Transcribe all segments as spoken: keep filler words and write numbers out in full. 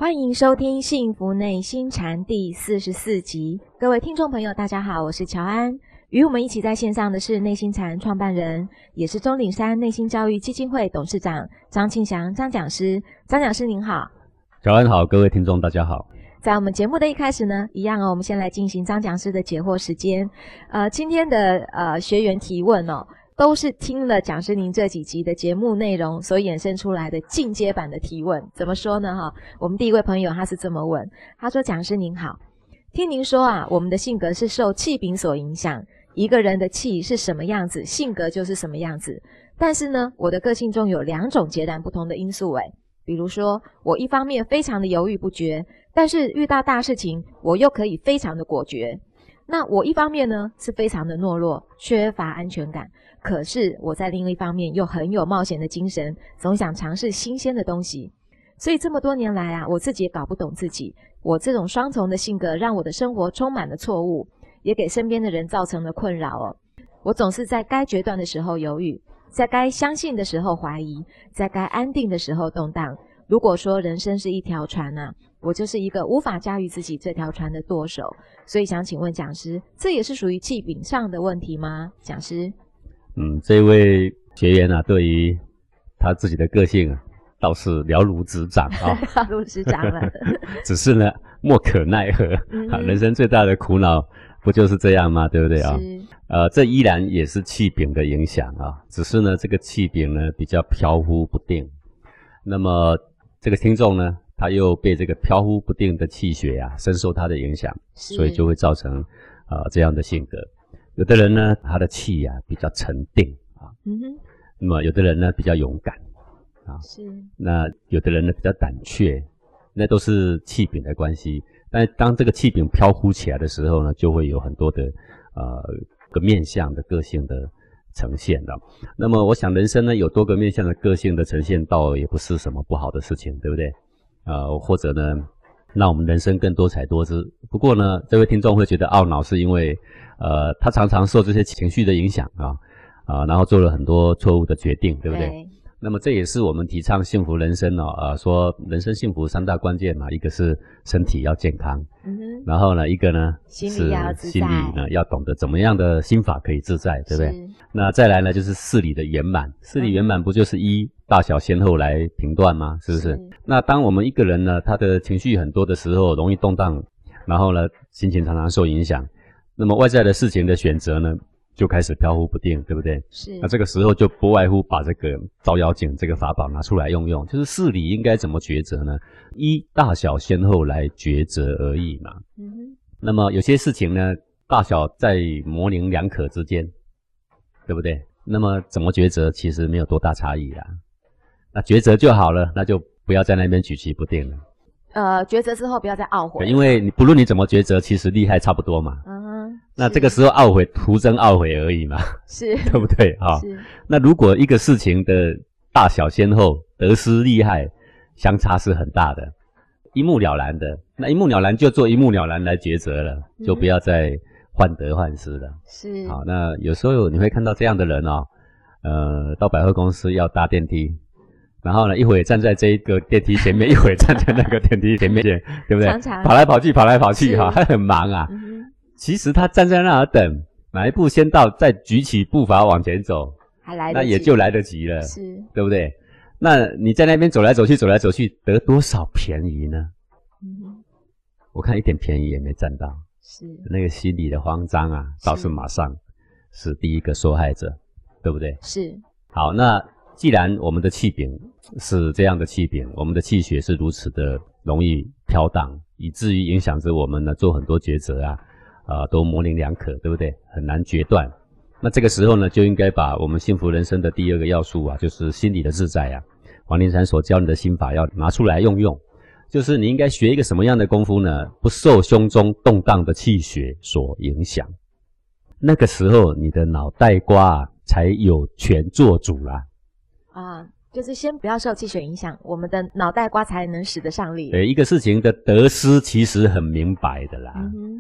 欢迎收听《幸福内心禅》第四十四集。各位听众朋友大家好，我是乔安。与我们一起在线上的是内心禅创办人，也是钟岭山内心教育基金会董事长张庆祥张讲师。张讲师您好。 乔安好，各位听众大家好。 在我们节目的一开始呢，一样哦，我们先来进行张讲师的解惑时间。呃，今天的呃学员提问哦，都是听了讲师您这几集的节目内容所衍生出来的进阶版的提问。怎么说呢哈？我们第一位朋友他是这么问，他说：讲师您好，听您说啊，我们的性格是受气柄所影响，一个人的气是什么样子，性格就是什么样子。但是呢，我的个性中有两种截然不同的因素诶，比如说我一方面非常的犹豫不决，但是遇到大事情我又可以非常的果决。那我一方面呢是非常的懦弱，缺乏安全感，可是我在另一方面又很有冒险的精神，总想尝试新鲜的东西。所以这么多年来啊，我自己也搞不懂自己，我这种双重的性格让我的生活充满了错误，也给身边的人造成了困扰哦。我总是在该决断的时候犹豫，在该相信的时候怀疑，在该安定的时候动荡。如果说人生是一条船啊，我就是一个无法驾驭自己这条船的舵手。所以想请问讲师，这也是属于气柄上的问题吗？讲师。 嗯，这位学员啊，对于他自己的个性啊，倒是了如指掌啊， 了如指掌了。 只是呢，莫可奈何、嗯啊。人生最大的苦恼不就是这样吗？对不对啊？呃，这依然也是气柄的影响啊，只是呢，这个气柄呢比较飘忽不定。那么这个听众呢，他又被这个飘忽不定的气血啊，深受他的影响，所以就会造成呃这样的性格。有的人呢，他的气啊比较沉定啊，嗯哼，那么有的人呢比较勇敢啊，是，那有的人呢比较胆怯，那都是气柄的关系。但当这个气柄飘忽起来的时候呢，就会有很多的呃个面向的个性的呈现的。那么我想人生呢有多个面向的个性的呈现，倒也不是什么不好的事情，对不对？呃，或者呢，让我们人生更多彩多姿。不过呢，这位听众会觉得懊恼，是因为呃，他常常受这些情绪的影响啊啊、呃，然后做了很多错误的决定，对不对？对。那么这也是我们提倡幸福人生哦，呃，说人生幸福三大关键嘛，一个是身体要健康，嗯哼，然后呢，一个呢心理要自在， 心理呢要懂得怎么样的心法可以自在，对不对？那再来呢，就是事理的圆满，事理圆满不就是依大小先后来评断吗？是不是？是。那当我们一个人呢，他的情绪很多的时候，容易动荡，然后呢，心情常常受影响，那么外在的事情的选择呢，就开始飘忽不定，对不对？是。那这个时候就不外乎把这个照妖镜这个法宝拿出来用用，就是事理应该怎么抉择呢？依大小先后来抉择而已嘛。嗯哼。那么有些事情呢，大小在模棱两可之间，对不对？那么怎么抉择，其实没有多大差异啦。那抉择就好了，那就不要在那边举棋不定了。 呃，抉择之后不要再懊悔。 因为你不论你怎么抉择，其实利害差不多嘛。嗯哼。那这个时候懊悔，徒增懊悔而已嘛。是。对不对啊？是。那如果一个事情的大小先后、得失利害相差是很大的，一目了然的，那一目了然就做一目了然来抉择了，嗯、就不要再患得患失了。是。好，那有时候你会看到这样的人哦，呃，到百货公司要搭电梯。然后呢，一会站在这一个电梯前面，一会站在那个电梯前面，对不对？常常跑来跑去，跑来跑去哈，他很忙啊。嗯、其实他站在那儿等，哪一步先到，再举起步伐往前走， 还来得及， 那也就来得及了， 是， 对不对？那你在那边走来走去，走来走去，得多少便宜呢？嗯、我看一点便宜也没占到，是那个心理的慌张啊，倒是马上是第一个受害者，对不对？是。好，那既然我们的气柄是这样的气柄，我们的气血是如此的容易飘荡，以至于影响着我们呢做很多抉择啊，呃，都模棱两可，对不对？很难决断。那这个时候呢，就应该把我们幸福人生的第二个要素啊，就是心理的自在啊。黄庭禅所教你的心法要拿出来用用，就是你应该学一个什么样的功夫呢？不受胸中动荡的气血所影响。那个时候你的脑袋瓜啊才有权做主啦。 啊，就是先不要受气血影响，我们的脑袋瓜才能使得上力。 对，一个事情的得失其实很明白的啦。嗯、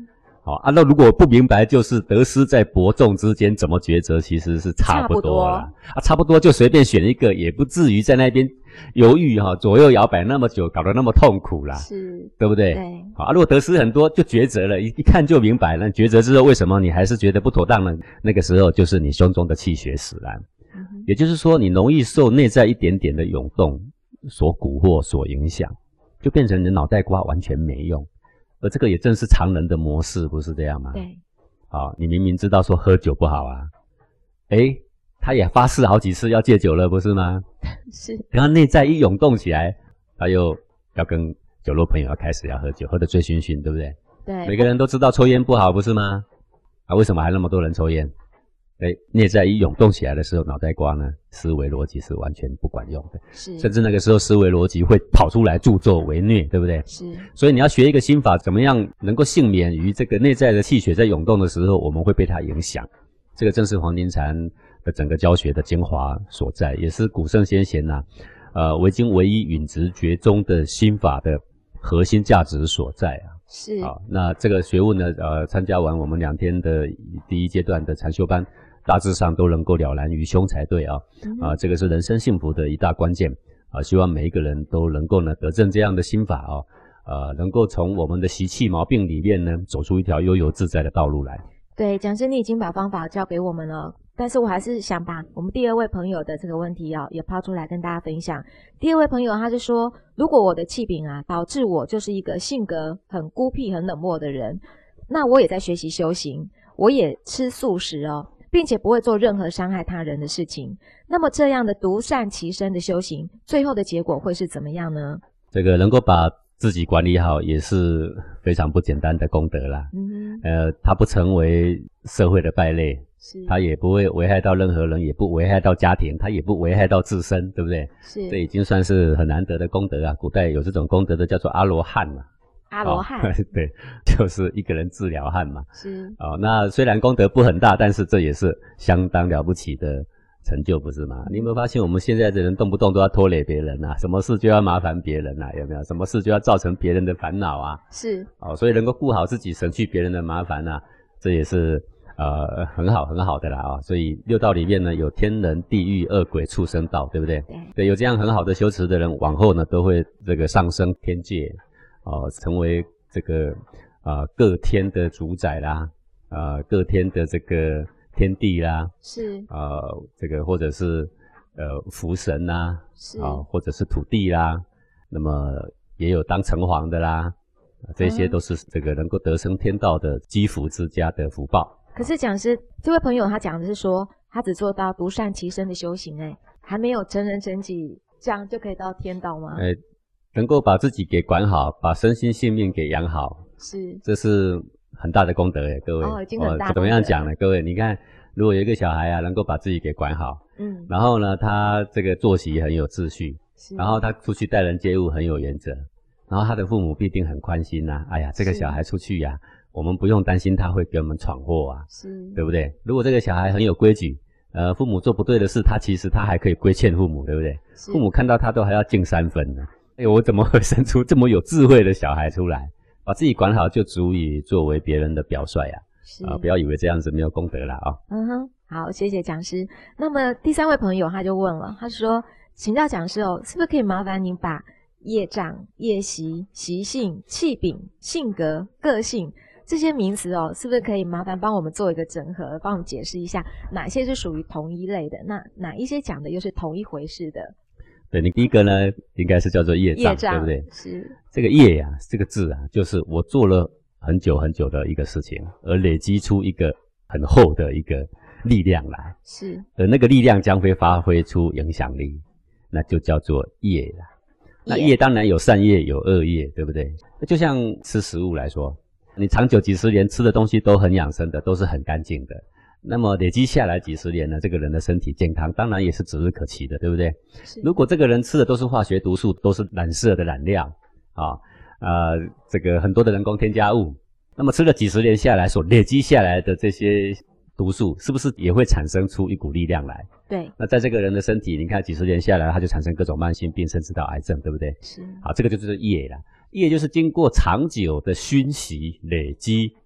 好啊，那如果不明白，就是得失在伯仲之间怎么抉择，其实是差不多啦。啊，差不多就随便选一个，也不至于在那边犹豫哈、啊，左右摇摆那么久，搞得那么痛苦啦， 是， 对不对？ 对。 好啊，如果得失很多，就抉择了，一一看就明白了。抉择之后，为什么你还是觉得不妥当呢？那个时候就是你胸中的气血使然，嗯、也就是说，你容易受内在一点点的涌动所蛊惑、所影响，就变成你的脑袋瓜完全没用。而这个也正是常人的模式，不是这样吗？ 对。 好，你明明知道说喝酒不好啊，诶，他也发誓好几次要戒酒了，不是吗？ 是。 然后内在一涌动起来，他又要跟酒肉朋友要开始要喝酒，喝得醉醺醺，对不对？ 对。 每个人都知道抽烟不好，不是吗？啊，为什么还那么多人抽烟？诶，内在一涌动起来的时候，脑袋瓜呢，思维逻辑是完全不管用的， 是， 甚至那个时候思维逻辑会跑出来助纣为虐，对不对？ 是， 所以你要学一个心法，怎么样能够幸免于这个内在的气血在涌动的时候，我们会被它影响。这个正是黄庭禅的整个教学的精华所在，也是古圣先贤呐、啊，呃，唯精唯一允直觉中的心法的核心价值所在啊。 是啊，那这个学问呢，呃，参加完我们两天的第一阶段的禅修班，大致上都能够了然于胸才对啊，嗯、啊，这个是人生幸福的一大关键啊！希望每一个人都能够呢得证这样的心法啊，呃，能够从我们的习气毛病里面呢走出一条悠游自在的道路来。 对，讲师你已经把方法教给我们了，但是我还是想把我们第二位朋友的这个问题啊也抛出来跟大家分享。第二位朋友他是说，如果我的气柄啊导致我就是一个性格很孤僻、很冷漠的人，那我也在学习修行，我也吃素食哦。并且不会做任何伤害他人的事情，那么这样的独善其身的修行，最后的结果会是怎么样呢？ 这个能够把自己管理好，也是非常不简单的功德啦。嗯，呃，他不成为社会的败类，是，他也不会危害到任何人，也不危害到家庭，他也不危害到自身，对不对？是，这已经算是很难得的功德啊。古代有这种功德的叫做阿罗汉嘛。 阿罗汉、哦、 对，就是一个人治疗汉嘛。 是哦，那虽然功德不很大，但是这也是相当了不起的成就，不是吗？你有没有发现我们现在的人动不动都要拖累别人啊，什么事就要麻烦别人啊，有没有？什么事就要造成别人的烦恼啊？ 是哦，所以能够顾好自己，省去别人的麻烦啊，这也是呃很好很好的啦啊、哦。所以六道里面呢有天人、地狱、恶鬼、畜生道，对不对？ 对对，有这样很好的修持的人，往后呢都会这个上升天界。哦，成为这个啊、呃、各天的主宰啦，啊、呃、各天的这个天地啦， 是啊、呃、这个或者是呃福神啦， 是啊、呃、或者是土地啦，那么也有当城隍的啦，这些都是这个能够得生天道的积福之家的福报。 可是讲师这位朋友他讲的是说，他只做到独善其身的修行，诶，还没有成人成己，这样就可以到天道吗？ 诶能够把自己给管好，把身心性命给养好， 是， 这是很大的功德诶，各位。 哦，已经很大的功德。 怎么样讲呢？各位，你看，如果有一个小孩啊，能够把自己给管好，嗯，然后呢，他这个作息很有秩序，然后他出去待人接物很有原则，然后他的父母必定很宽心呐、啊。哎呀，这个小孩出去呀、啊，我们不用担心他会给我们闯祸啊，是，对不对？如果这个小孩很有规矩，呃，父母做不对的事，他其实他还可以规劝父母，对不对？父母看到他都还要敬三分呢。哎，我怎么会生出这么有智慧的小孩出来？把自己管好就足以作为别人的表率啊！啊，不要以为这样子没有功德啦啊、哦！ 嗯哼，好，谢谢讲师。那么第三位朋友他就问了，他说：“请教讲师哦，是不是可以麻烦您把业障、业习、习性、气柄、性格、个性这些名词哦，是不是可以麻烦帮我们做一个整合，帮我们解释一下哪些是属于同一类的，那哪一些讲的又是同一回事的？” 对，你第一个呢，应该是叫做业障， 业障对不对？ 是这个业呀、啊，这个字啊，就是我做了很久很久的一个事情，而累积出一个很厚的一个力量来， 是， 而那个力量将会发挥出影响力，那就叫做业啦。那业当然有善业，有恶业，对不对？就像吃食物来说，你长久几十年吃的东西都很养生的，都是很干净的。那么累积下来几十年呢，这个人的身体健康当然也是指日可期的，对不对？如果这个人吃的都是化学毒素，都是染色的染料啊，呃，这个很多的人工添加物，那么吃了几十年下来所累积下来的这些毒素，是不是也会产生出一股力量来？ 对。 那在这个人的身体，你看几十年下来，他就产生各种慢性病，甚至到癌症，对不对？ 是。 好，这个就是业啦。业就是经过长久的熏习累积，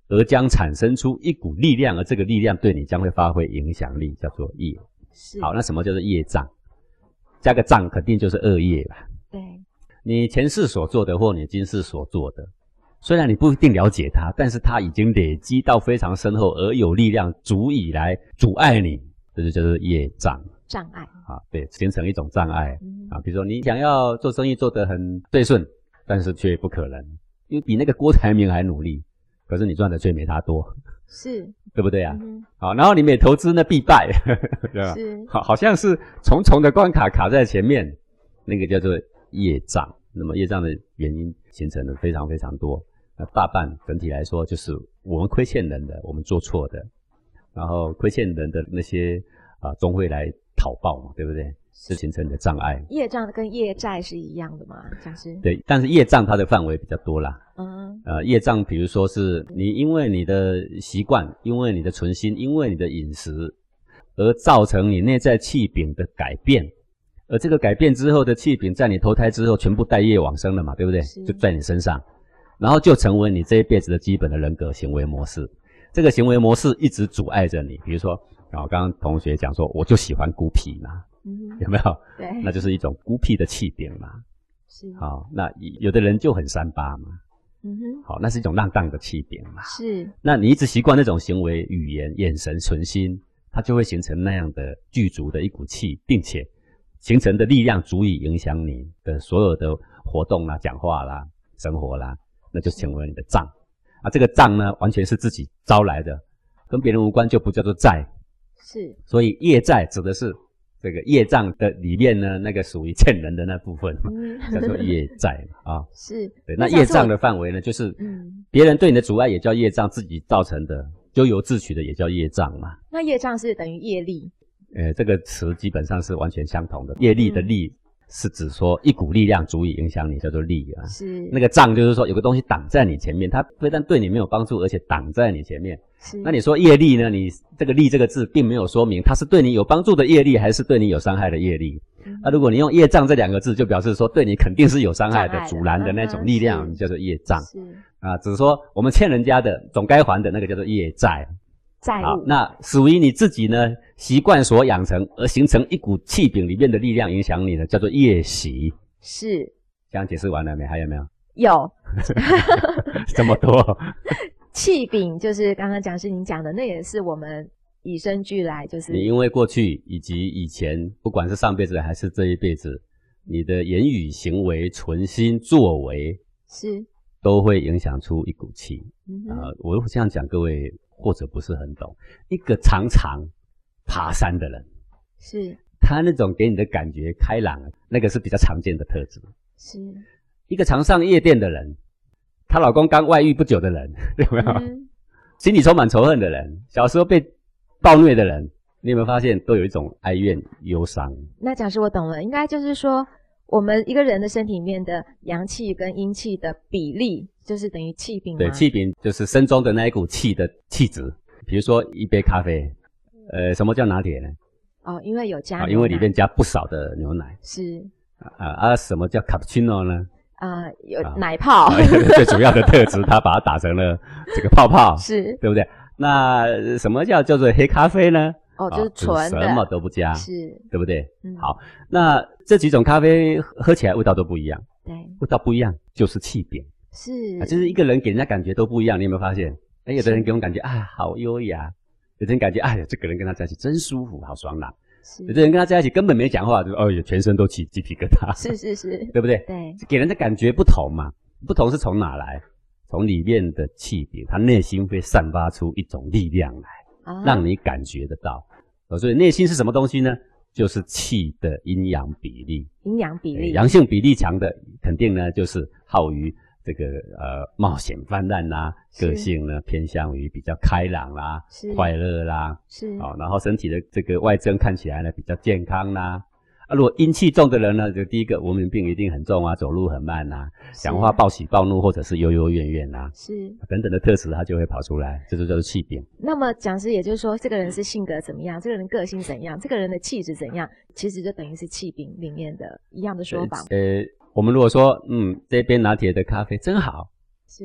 而将产生出一股力量，而这个力量对你将会发挥影响力，叫做业。好，那什么叫做业障？加个障肯定就是恶业吧。 对， 你前世所做的或你今世所做的，虽然你不一定了解它，但是它已经累积到非常深厚，而有力量足以来阻碍你，这就叫做业障。 障碍啊，对，形成一种障碍、嗯、啊。比如说你想要做生意做得很对顺，但是却不可能，因为比那个郭台铭还努力，可是你赚的却没他多， 是， 对不对啊？ 嗯、 好，然后你每投资呢必败，对吧？ 是， 好，好像是重重的关卡卡在前面，那个叫做业障。那么业障的原因形成的非常非常多，那大半整体来说就是我们亏欠人的，我们做错的，然后亏欠人的那些啊，终会来讨报嘛，对不对？是形成你的障碍。 业障跟业债是一样的吗？讲师？ 对，但是业障它的范围比较多啦。 嗯， 呃，业障比如说是你因为你的习惯，因为你的存心，因为你的饮食，而造成你内在气禀的改变，而这个改变之后的气禀，在你投胎之后全部带业往生了嘛，对不对？就在你身上，然后就成为你这一辈子的基本的人格行为模式。这个行为模式一直阻碍着你，比如说。然后刚刚同学讲说，我就喜欢孤僻嘛，嗯，有没有？ 对， 那就是一种孤僻的气禀嘛。 是。 好，那有的人就很三八嘛，嗯哼。好，那是一种浪荡的气禀嘛。 是。 那你一直习惯那种行为、语言、眼神、存心，它就会形成那样的具足的一股气，并且形成的力量足以影响你的所有的活动啦、讲话啦、生活啦，那就成为你的障。啊，这个障呢，完全是自己招来的，跟别人无关，就不叫做债。 是， 所以业债指的是这个业障的里面呢，那个属于欠人的那部分，嗯、叫做业债啊。 是， 对。那业障的范围呢，就是别人对你的阻碍也叫业障，自己造成的咎由自取的也叫业障嘛。 那业障是等于业力？ 呃，这个词基本上是完全相同的。业力的力、嗯、是指说一股力量足以影响你，叫做力啊。 是。那个障就是说有个东西挡在你前面，它非但对你没有帮助，而且挡在你前面。那你说业力呢？你这个力这个字并没有说明它是对你有帮助的业力，还是对你有伤害的业力。嗯、那如果你用业障这两个字，就表示说对你肯定是有伤害的、阻拦的那种力量，嗯、叫做业障。是啊，只是说我们欠人家的总该还的那个叫做业债。 债务。 好，那属于你自己呢习惯所养成而形成一股气禀里面的力量影响你的，叫做业习。 是。 这样解释完了没？还有没有？ 有。 这么多。 气禀就是刚刚讲师您讲的，那也是我们与生俱来，就是你因为过去以及以前，不管是上辈子还是这一辈子，你的言语行为、存心作为是都会影响出一股气。 嗯啊、呃，我这样讲，各位或者不是很懂。一个常常爬山的人， 是他那种给你的感觉开朗，那个是比较常见的特质。 是一个常上夜店的人。她老公刚外遇不久的人，有没有？嗯、心里充满仇恨的人，小时候被暴虐的人，你有没有发现都有一种哀怨、忧伤？ 那讲师我懂了，应该就是说，我们一个人的身体里面的阳气跟阴气的比例，就是等于气禀吗？ 对，气禀就是身中的那一股气的气质。比如说一杯咖啡，呃，什么叫拿铁呢？ 哦，因为有加牛奶， 因为里面加不少的牛奶。 是啊啊，什么叫 cappuccino 呢？ 啊、呃，有奶泡， 啊、最主要的特质，它把它打成了这个泡泡， 是， 对不对？那什么叫叫做黑咖啡呢？ 哦，就是纯的， 就是什么都不加， 是， 对不对？ 嗯， 好，那这几种咖啡喝起来味道都不一样， 对， 味道不一样就是气禀， 是， 啊，就是一个人给人家感觉都不一样，你有没有发现？哎，有的人给我们感觉啊好优雅，有的人感觉哎呀这个人跟他在一起真舒服，好爽朗。有的人跟他在一起根本没讲话，就哦，全身都起鸡皮疙瘩， 是是是， 对不对？ 对， 给人的感觉不同嘛，不同是从哪来？从里面的气禀，他内心会散发出一种力量来，啊、让你感觉得到。所以内心是什么东西呢？就是气的阴阳比例。 阴阳比例， 阳性比例强的，肯定呢就是好于这个呃冒险泛滥啦，个性呢偏向于比较开朗啦，快乐啦， 是哦，然后身体的这个外征看起来呢比较健康啦。啊，如果阴气重的人呢，就第一个文明病一定很重啊，走路很慢啊，讲话暴喜暴怒或者是幽幽怨怨啊， 是等等的特质，它就会跑出来，这就叫做气禀。 那么讲师也就是说，这个人是性格怎么样，这个人个性怎样，这个人的气质怎样，其实就等于是气禀里面的一样的说法。 呃。呃我们如果说，嗯，这边拿铁的咖啡真好， 是，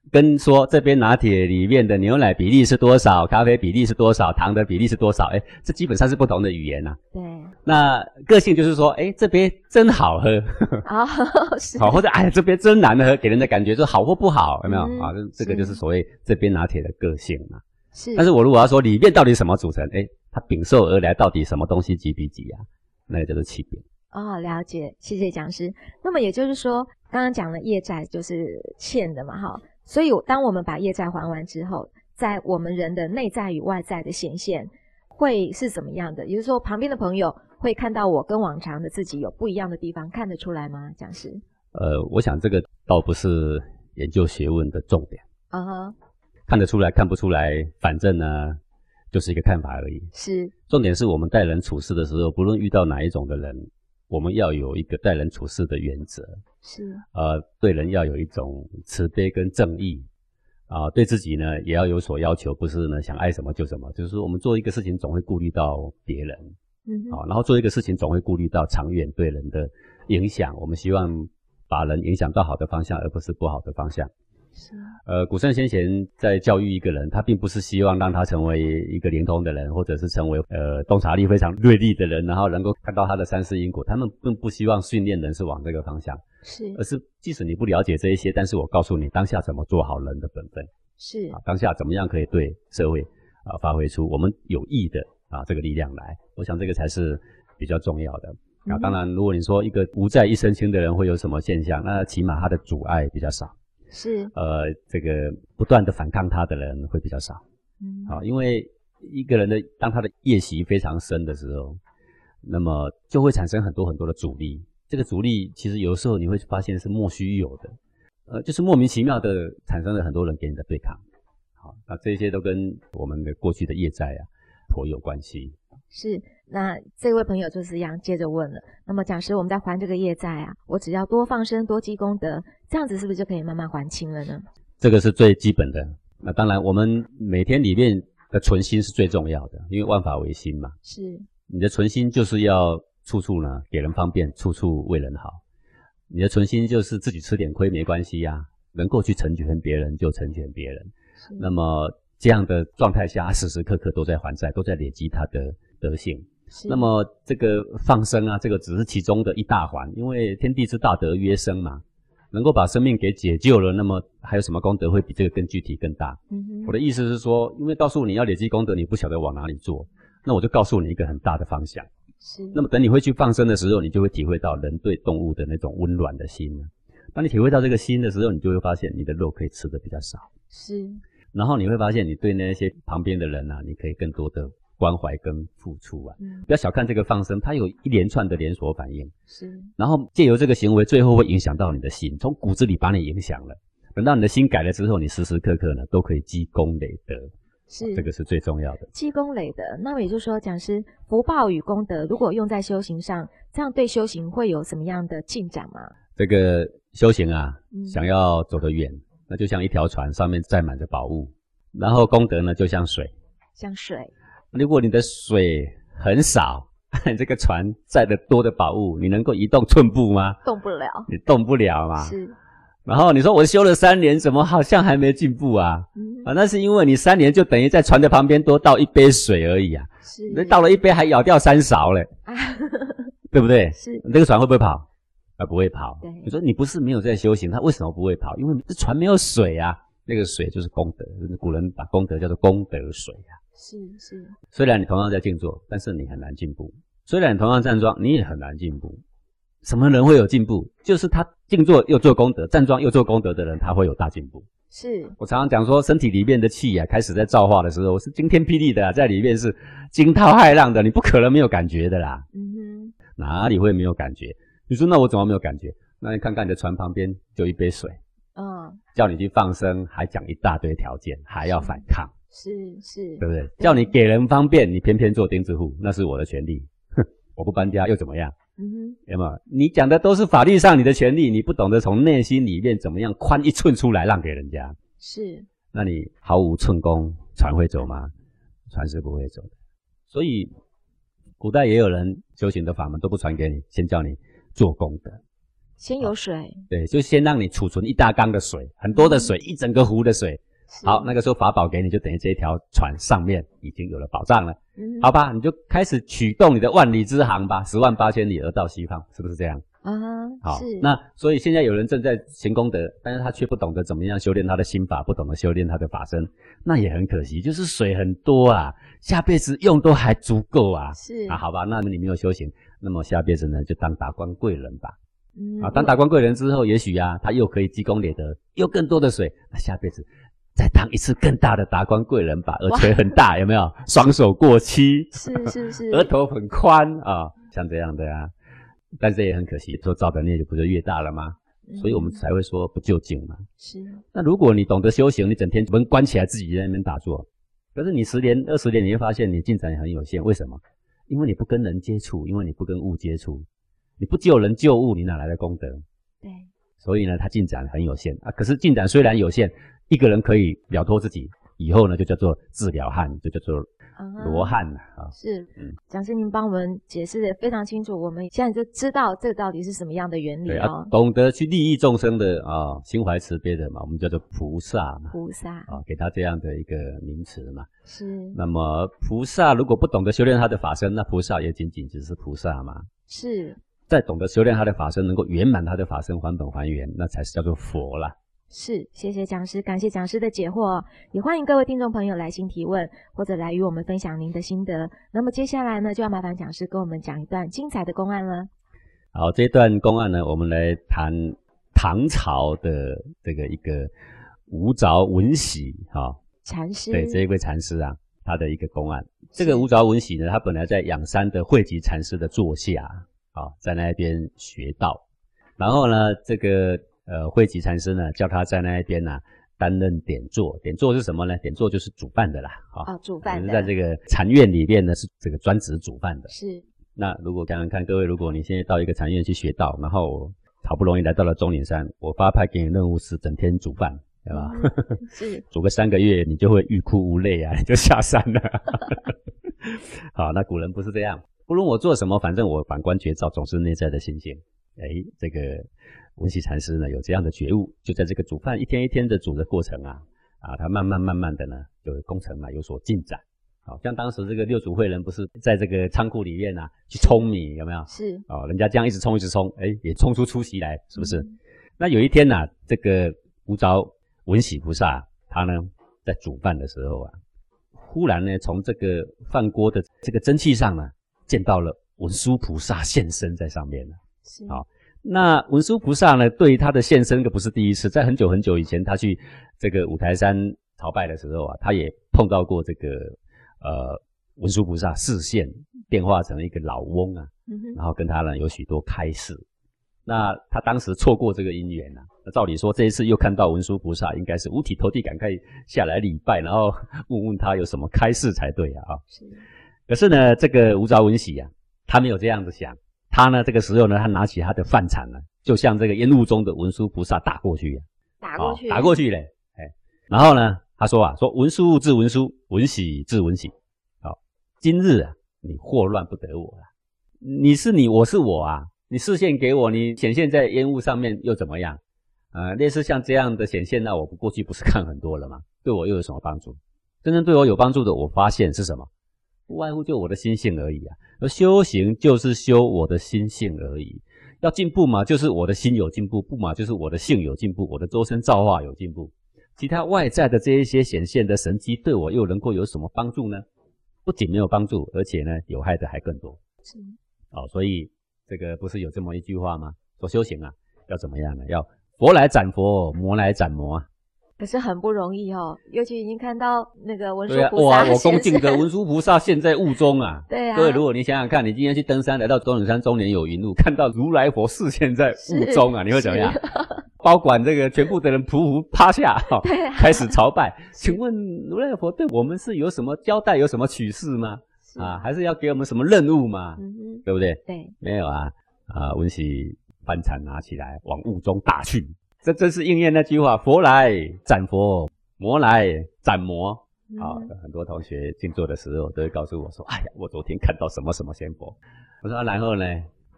跟说这边拿铁里面的牛奶比例是多少，咖啡比例是多少，糖的比例是多少，诶，这基本上是不同的语言啊。 对。 那个性就是说，诶，这边真好喝。 啊，是。 好，或者哎，这边真难喝，给人的感觉就好或不好，有没有？嗯、啊，这个就是所谓这边拿铁的个性嘛。是。但是我如果要说里面到底什么组成，诶，它禀受而来到底什么东西几比几啊？那个叫做气饼。 哦，了解，谢谢讲师。那么也就是说，刚刚讲的业债就是欠的嘛，哈。所以当我们把业债还完之后，在我们人的内在与外在的显现会是怎么样的？也就是说，旁边的朋友会看到我跟往常的自己有不一样的地方，看得出来吗？讲师？ 呃，我想这个倒不是研究学问的重点。啊哈、uh-huh. 看得出来，看不出来，反正呢，就是一个看法而已。 是。重点是我们待人处事的时候，不论遇到哪一种的人，我们要有一个待人处事的原则。是。呃，对人要有一种慈悲跟正义。啊、呃，对自己呢也要有所要求，不是呢想爱什么就什么。就是说，我们做一个事情总会顾虑到别人。嗯。啊、呃，然后做一个事情总会顾虑到长远对人的影响。我们希望把人影响到好的方向，而不是不好的方向。是。呃，古圣先贤在教育一个人，他并不是希望让他成为一个灵通的人，或者是成为呃洞察力非常锐利的人，然后能够看到他的三世因果。他们并不希望训练人是往这个方向，是，而是即使你不了解这一些，但是我告诉你当下怎么做好人的本分，是啊，当下怎么样可以对社会啊发挥出我们有益的啊这个力量来。我想这个才是比较重要的。啊，当然，如果你说一个无债一身轻的人会有什么现象，那起码他的阻碍比较少。是，呃，这个不断的反抗他的人会比较少。嗯，好，因为一个人的当他的业习非常深的时候，那么就会产生很多很多的阻力。这个阻力其实有的时候你会发现是莫须有的，呃，就是莫名其妙的产生了很多人给你的对抗。好，那这些都跟我们的过去的业债啊颇有关系。 是，那这位朋友就是一样接着问了，那么讲师，我们在还这个业债啊，我只要多放生多积功德，这样子是不是就可以慢慢还清了呢？ 这个是最基本的。那当然我们每天里面的存心是最重要的，因为万法唯心嘛。是，你的存心就是要处处呢给人方便，处处为人好。你的存心就是自己吃点亏没关系呀、啊，能够去成全别人就成全别人。那么这样的状态下，时时刻刻都在还债，都在累积他的德性。那么这个放生啊，这个只是其中的一大环，因为天地之大德曰生嘛，能够把生命给解救了，那么还有什么功德会比这个更具体更大？嗯、我的意思是说，因为告诉你要累积功德，你不晓得往哪里做，那我就告诉你一个很大的方向。是。那么等你会去放生的时候，你就会体会到人对动物的那种温暖的心。当你体会到这个心的时候，你就会发现你的肉可以吃的比较少。是。然后你会发现你对那些旁边的人啊，你可以更多的关怀跟付出啊。嗯、不要小看这个放生，它有一连串的连锁反应。是。然后借由这个行为，最后会影响到你的心，从骨子里把你影响了。等到你的心改了之后，你时时刻刻呢都可以积功累德。是。这个是最重要的。 积功累德，那么也就是说，讲师，福报与功德如果用在修行上，这样对修行会有什么样的进展吗？ 这个修行啊，嗯、想要走得远，那就像一条船，上面载满着宝物。然后功德呢，就像水。 像水。 如果你的水很少，你这个船载得多的宝物，你能够移动寸步吗？ 动不了。 你动不了嘛。是。然后你说我修了三年，怎么好像还没进步啊？嗯、啊，那是因为你三年就等于在船的旁边多倒一杯水而已啊。是。那倒了一杯还舀掉三勺嘞。啊、对不对？是。你这个船会不会跑？啊，不会跑。对。你说你不是没有在修行，它为什么不会跑？因为这船没有水啊。那个水就是功德，古人把功德叫做功德水啊。是是。虽然你同样在静坐，但是你很难进步；虽然你同样站桩，你也很难进步。什么人会有进步？就是他静坐又做功德，站桩又做功德的人，他会有大进步。是。我常常讲说，身体里面的气啊，开始在造化的时候，是惊天霹雳的啊，在里面是惊涛骇浪的，你不可能没有感觉的啦。嗯哼。哪里会没有感觉？你说那我怎么没有感觉？那你看看你的船旁边就一杯水。嗯，叫你去放生，还讲一大堆条件，还要反抗，是是，对不对？叫你给人方便，你偏偏做钉子户，那是我的权利，哼，我不搬家又怎么样？嗯哼，有没有？你讲的都是法律上你的权利，你不懂得从内心里面怎么样宽一寸出来让给人家，是，那你毫无寸功，船会走吗？船是不会走的。所以，古代也有人修行的法门都不传给你，先叫你做功德。 先有水， 哦、对，就先让你储存一大缸的水，很多的水，嗯、一整个湖的水。好，那个时候法宝给你，就等于这一条船上面已经有了保障了。嗯，好吧，你就开始启动你的万里之航吧，十万八千里而到西方，是不是这样？ 啊， 好， 是。 那所以现在有人正在行功德，但是他却不懂得怎么样修炼他的心法，不懂得修炼他的法身，那也很可惜，就是水很多啊，下辈子用都还足够啊。 是啊，好吧，那你没有修行，那么下辈子呢，就当达官贵人吧。 嗯， 啊，当达官贵人之后，也许啊，他又可以积功累德，又更多的水，那下辈子再当一次更大的达官贵人吧，额垂很大，有没有？双手过膝， 是是是， 额头很宽啊，像这样的啊。但是也很可惜，说造的孽就不就越大了吗？嗯、所以我们才会说不究竟嘛。 是。 那如果你懂得修行，你整天门关起来自己在那边打坐，可是你十年、二十年，你会发现你进展也很有限。为什么？因为你不跟人接触，因为你不跟物接触，你不救人救物，你哪来的功德？ 对。 所以呢，它进展很有限啊。可是进展虽然有限，一个人可以了脱自己，以后呢就叫做治疗汉，就叫做罗汉了啊。 是，嗯，讲师您帮我们解释的非常清楚，我们现在就知道这到底是什么样的原理哦。 对啊，懂得去利益众生的啊，心怀慈悲的嘛，我们叫做菩萨嘛。 菩萨啊，给他这样的一个名词嘛。 是。 那么菩萨如果不懂得修炼他的法身，那菩萨也仅仅只是菩萨嘛。 是。 再懂得修炼他的法身，能够圆满他的法身，还本还原，那才是叫做佛啦。 是，谢谢讲师，感谢讲师的解惑，也欢迎各位听众朋友来信提问，或者来与我们分享您的心得。那么接下来呢，就要麻烦讲师跟我们讲一段精彩的公案了。 好，这段公案呢，我们来谈唐朝的这个一个无着文喜哈禅师， 对，这一位禅师啊，他的一个公案。这个无着文喜呢，他本来在仰山的慧寂禅师的座下啊，在那边学道，然后呢，这个呃慧寂禅师呢，叫他在那边呢、啊、担任点座。点座是什么呢？点座就是煮饭的啦，啊、 哦，煮饭的， 在这个禅院里面呢是这个专职煮饭的。 是。 那如果想想看，各位，如果你现在到一个禅院去学道，然后好不容易来到了终岭山，我发派给你任务是整天煮饭，对吧？ 嗯、是。 煮个三个月，你就会欲哭无泪啊，你就下山了。好，那古人不是这样。不论我做什么，反正我反观觉照，总是内在的心性。诶，这个文喜禅师呢有这样的觉悟，就在这个煮饭一天一天的煮的过程啊，啊，他慢慢慢慢的呢，就工程啊有所进展。好像当时这个六祖慧能不是在这个仓库里面啊去舂米，有没有？ 是。 哦，人家这样一直冲一直冲，诶，也冲出出息来，是不是？嗯、那有一天啊，这个无着文喜菩萨他呢在煮饭的时候啊，忽然呢从这个饭锅的这个蒸汽上呢。见到了文殊菩萨现身在上面了。 是。 好，那文殊菩萨呢，对于他的现身可不是第一次，在很久很久以前，他去这个五台山朝拜的时候啊，他也碰到过这个呃文殊菩萨示现，变化成一个老翁啊，嗯、然后跟他呢有许多开示。那他当时错过这个因缘啊，那照理说这一次又看到文殊菩萨，应该是五体投地，赶快下来礼拜，然后问问他有什么开示才对啊。啊， 是。 可是呢，这个无着文喜啊，他没有这样子想。他呢，这个时候呢，他拿起他的饭铲呢，就向这个烟雾中的文殊菩萨打过去、啊， 打过去， 哦、打过去嘞，哎，然后呢，他说啊，说文殊治文殊，文喜治文喜。好、哦，今日啊，你祸乱不得我了。你是你，我是我啊。你示现给我，你显现在烟雾上面又怎么样？呃，类似像这样的显现，那我过去不是看很多了吗？对我又有什么帮助？真正对我有帮助的，我发现是什么？不外乎就我的心性而已啊，而修行就是修我的心性而已。要进步嘛，就是我的心有进步；不嘛，就是我的性有进步，我的周身造化有进步。其他外在的这一些显现的神迹，对我又能够有什么帮助呢？不仅没有帮助，而且呢，有害的还更多。 是。 哦，所以这个不是有这么一句话吗？说修行啊，要怎么样呢？要佛来斩佛，魔来斩魔啊。 可是很不容易哦，尤其已经看到那个文殊菩萨，对啊，哇，我恭敬的文殊菩萨现在雾中啊。 对啊。 各位，如果你想想看，你今天去登山，来到终岭山终年有云路，看到如来佛示现在雾中啊，你会怎么样？包管这个全部的人匍匐趴下，哦啊、开始朝拜。请问如来佛对我们是有什么交代，有什么启示吗？啊，还是要给我们什么任务吗？ 嗯哼， 对不对？ 对， 没有啊。啊，文喜饭铲拿起来，往雾中打去。这真是应验那句话：佛来斩佛，魔来斩魔。好、嗯，很多同学静坐的时候都会告诉我说：“哎呀，我昨天看到什么什么仙佛。”我说、啊：“然后呢？”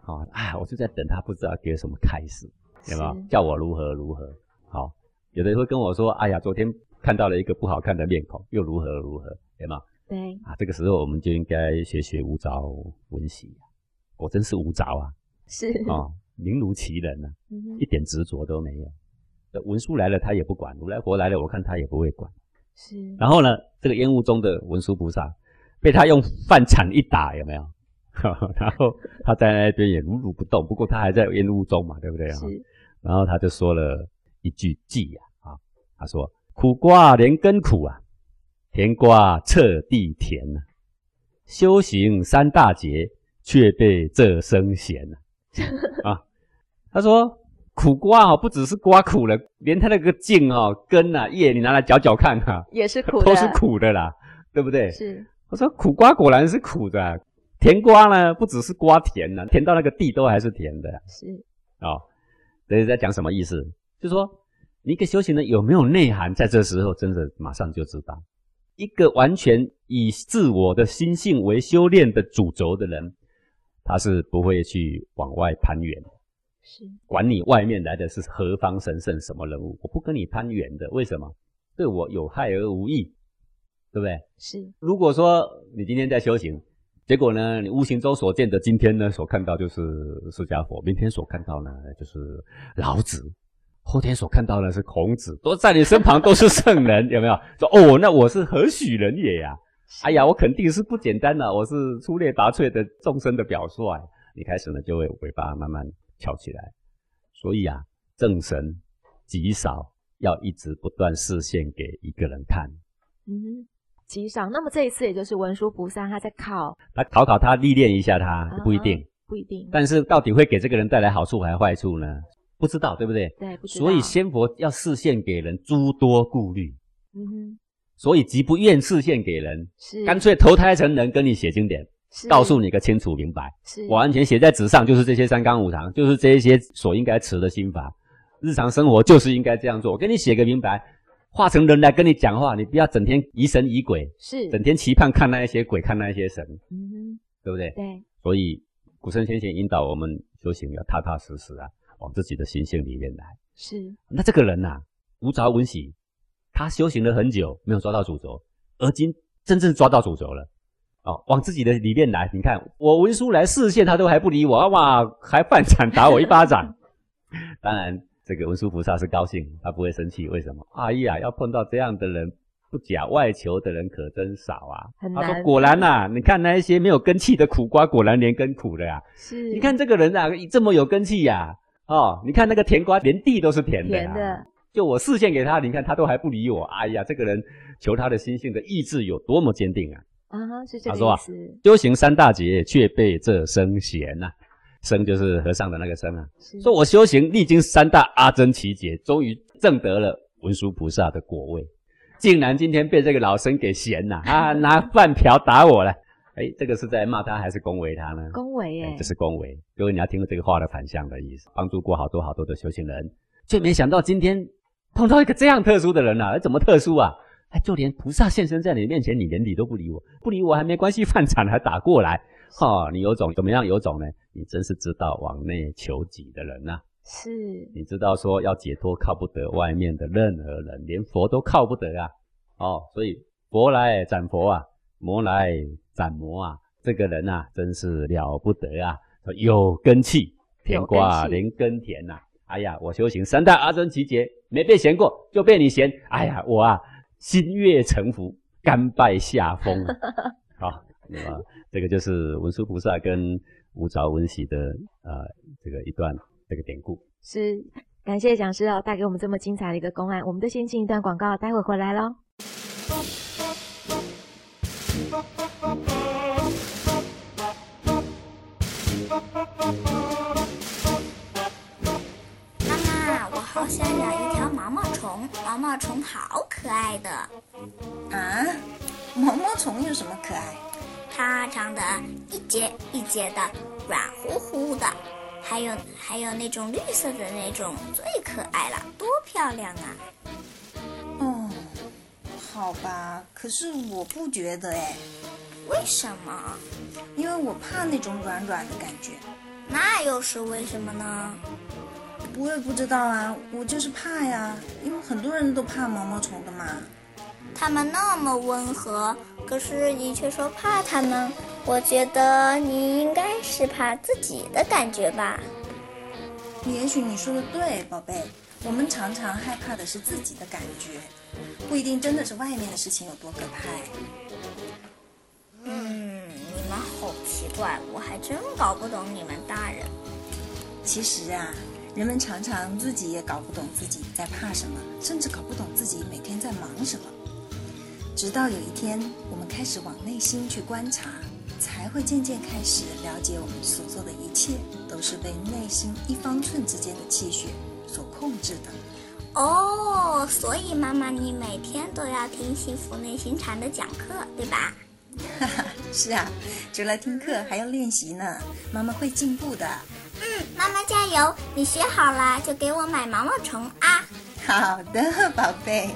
好、哦，哎，我就在等他，不知道给什么开始，有没有？叫我如何如何？好、哦，有的人会跟我说，哎呀，昨天看到了一个不好看的面孔，又如何如何，有没有？ 对啊，这个时候我们就应该学学无着闻习，果真是无着啊， 是哦，名如其人啊，嗯、一点执着都没有。文殊来了他也不管，如来佛来了我看他也不会管。 是。 然后呢，这个烟雾中的文殊菩萨被他用饭铲一打，有没有？然后他在那边也如如不动，不过他还在烟雾中嘛，对不对啊？然后他就说了一句偈呀，啊，他说：“苦瓜连根苦啊，甜瓜彻地甜啊，修行三大劫，却被这生咸啊。”啊，他说苦瓜哦，不只是瓜苦了，连它那个茎哦、根啊、叶，你拿来嚼嚼看哈、啊， 也是苦的， 都是苦的啦，对不对？ 是。 我说苦瓜果然是苦的、啊。甜瓜呢，不只是瓜甜呢、啊，甜到那个地都还是甜的。 是哦，这是在讲什么意思？就是说，你一个修行人有没有内涵，在这时候真的马上就知道。一个完全以自我的心性为修炼的主轴的人，他是不会去往外攀援的。 是， 管你外面来的是何方神圣什么人物，我不跟你攀援的。为什么？对我有害而无益，对不对？ 是。如果说你今天在修行，结果呢，你无形中所见的，今天呢所看到就是释迦佛，明天所看到呢就是老子，后天所看到的是孔子，都在你身旁都是圣人，有没有？说哦，那我是何许人也呀、啊？哎呀，我肯定是不简单的，我是出类拔萃的众生的表率。你开始呢就会尾巴慢慢翘起来。所以啊，正神极少要一直不断示现给一个人看。 嗯。极少，那么这一次也就是文殊菩萨他在考， 他考考他历练一下他， 啊、 不一定， 不一定。 但是到底会给这个人带来好处还是坏处呢？不知道，对不对？ 对，不知道。 所以仙佛要示现给人诸多顾虑， 嗯哼， 所以极不愿示现给人， 是干脆投胎成人跟你写经典，告诉你个清楚明白， 是完全写在纸上，就是这些三纲五常，就是这一些所应该持的心法，日常生活就是应该这样做，我给你写个明白。化成人来跟你讲话，你不要整天疑神疑鬼， 是整天期盼看那一些鬼，看那一些神， 嗯哼， 对不对？ 对。 所以古圣先贤引导我们修行要踏踏实实啊，往自己的心性里面来。 是。 那这个人啊，无着闻习，他修行了很久，没有抓到主轴，而今真正抓到主轴了，哦，往自己的里面来。你看我文殊来示现，他都还不理我，哇，还饭铲打我一巴掌。当然。这个文殊菩萨是高兴，他不会生气。为什么？哎呀，要碰到这样的人，不假外求的人可真少啊。 很难。 他说：“果然啊，你看那一些没有根气的苦瓜，果然连根苦的啊。 是。 你看这个人啊，这么有根气呀、啊，哦，你看那个甜瓜，连地都是甜的、啊。 甜的。 就我示现给他，你看他都还不理我。哎呀，这个人求他的心性的意志有多么坚定啊！ 啊，是这个意思。他说啊，修行三大劫，却被这生咸呐、啊。”僧就是和尚的那个僧啊，说我修行历经三大阿僧祇劫，终于证得了文殊菩萨的果位，竟然今天被这个老僧给嫌了啊，拿饭瓢打我了。哎，这个是在骂他还是恭维他呢？ 恭维耶， 这是恭维。各位你要听这个话的反向的意思，帮助过好多好多的修行人，却没想到今天碰到一个这样特殊的人啊，怎么特殊啊？哎，就连菩萨现身在你面前，你连理都不理我，不理我还没关系，饭铲还打过来。哈、哦，你有种，怎么样有种呢？你真是知道往内求己的人呐、啊！ 是， 你知道说要解脱靠不得外面的任何人，连佛都靠不得啊！哦，所以佛来斩佛啊，魔来斩魔啊，这个人啊真是了不得啊！有根气，甜瓜连根甜呐、啊！哎呀，我修行三大阿僧祇劫没被嫌过，就被你嫌。哎呀，我啊心悦诚服，甘拜下风啊！好。那么这个就是文殊菩萨跟无着闻习的呃这个一段这个典故。 是，感谢讲师哦，带给我们这么精彩的一个公案。我们就先进一段广告，待会回来咯。 妈妈，我好想养一条毛毛虫，毛毛虫好可爱的。 啊，毛毛虫有什么可爱？ 它长得一节一节的，软乎乎的，还有还有那种绿色的那种最可爱了，多漂亮啊！ 哦，好吧，可是我不觉得哎。 为什么？ 因为我怕那种软软的感觉。 那那又是为什么呢？ 我也不知道啊，我就是怕呀，因为很多人都怕毛毛虫的嘛。 它们那么温和，可是你却说怕它们，我觉得你应该是怕自己的感觉吧。 也许你说的对，宝贝，我们常常害怕的是自己的感觉，不一定真的是外面的事情有多可怕。 嗯，你们好奇怪，我还真搞不懂你们大人。 其实啊，人们常常自己也搞不懂自己在怕什么，甚至搞不懂自己每天在忙什么。直到有一天，我们开始往内心去观察，才会渐渐开始了解，我们所做的一切都是被内心一方寸之间的气血所控制的。 哦，所以妈妈，你每天都要听幸福内心禅的讲课，对吧？ 哈哈，是啊，除了听课还要练习呢，妈妈会进步的。 嗯，妈妈加油，你学好了就给我买毛毛虫啊。 好的，宝贝。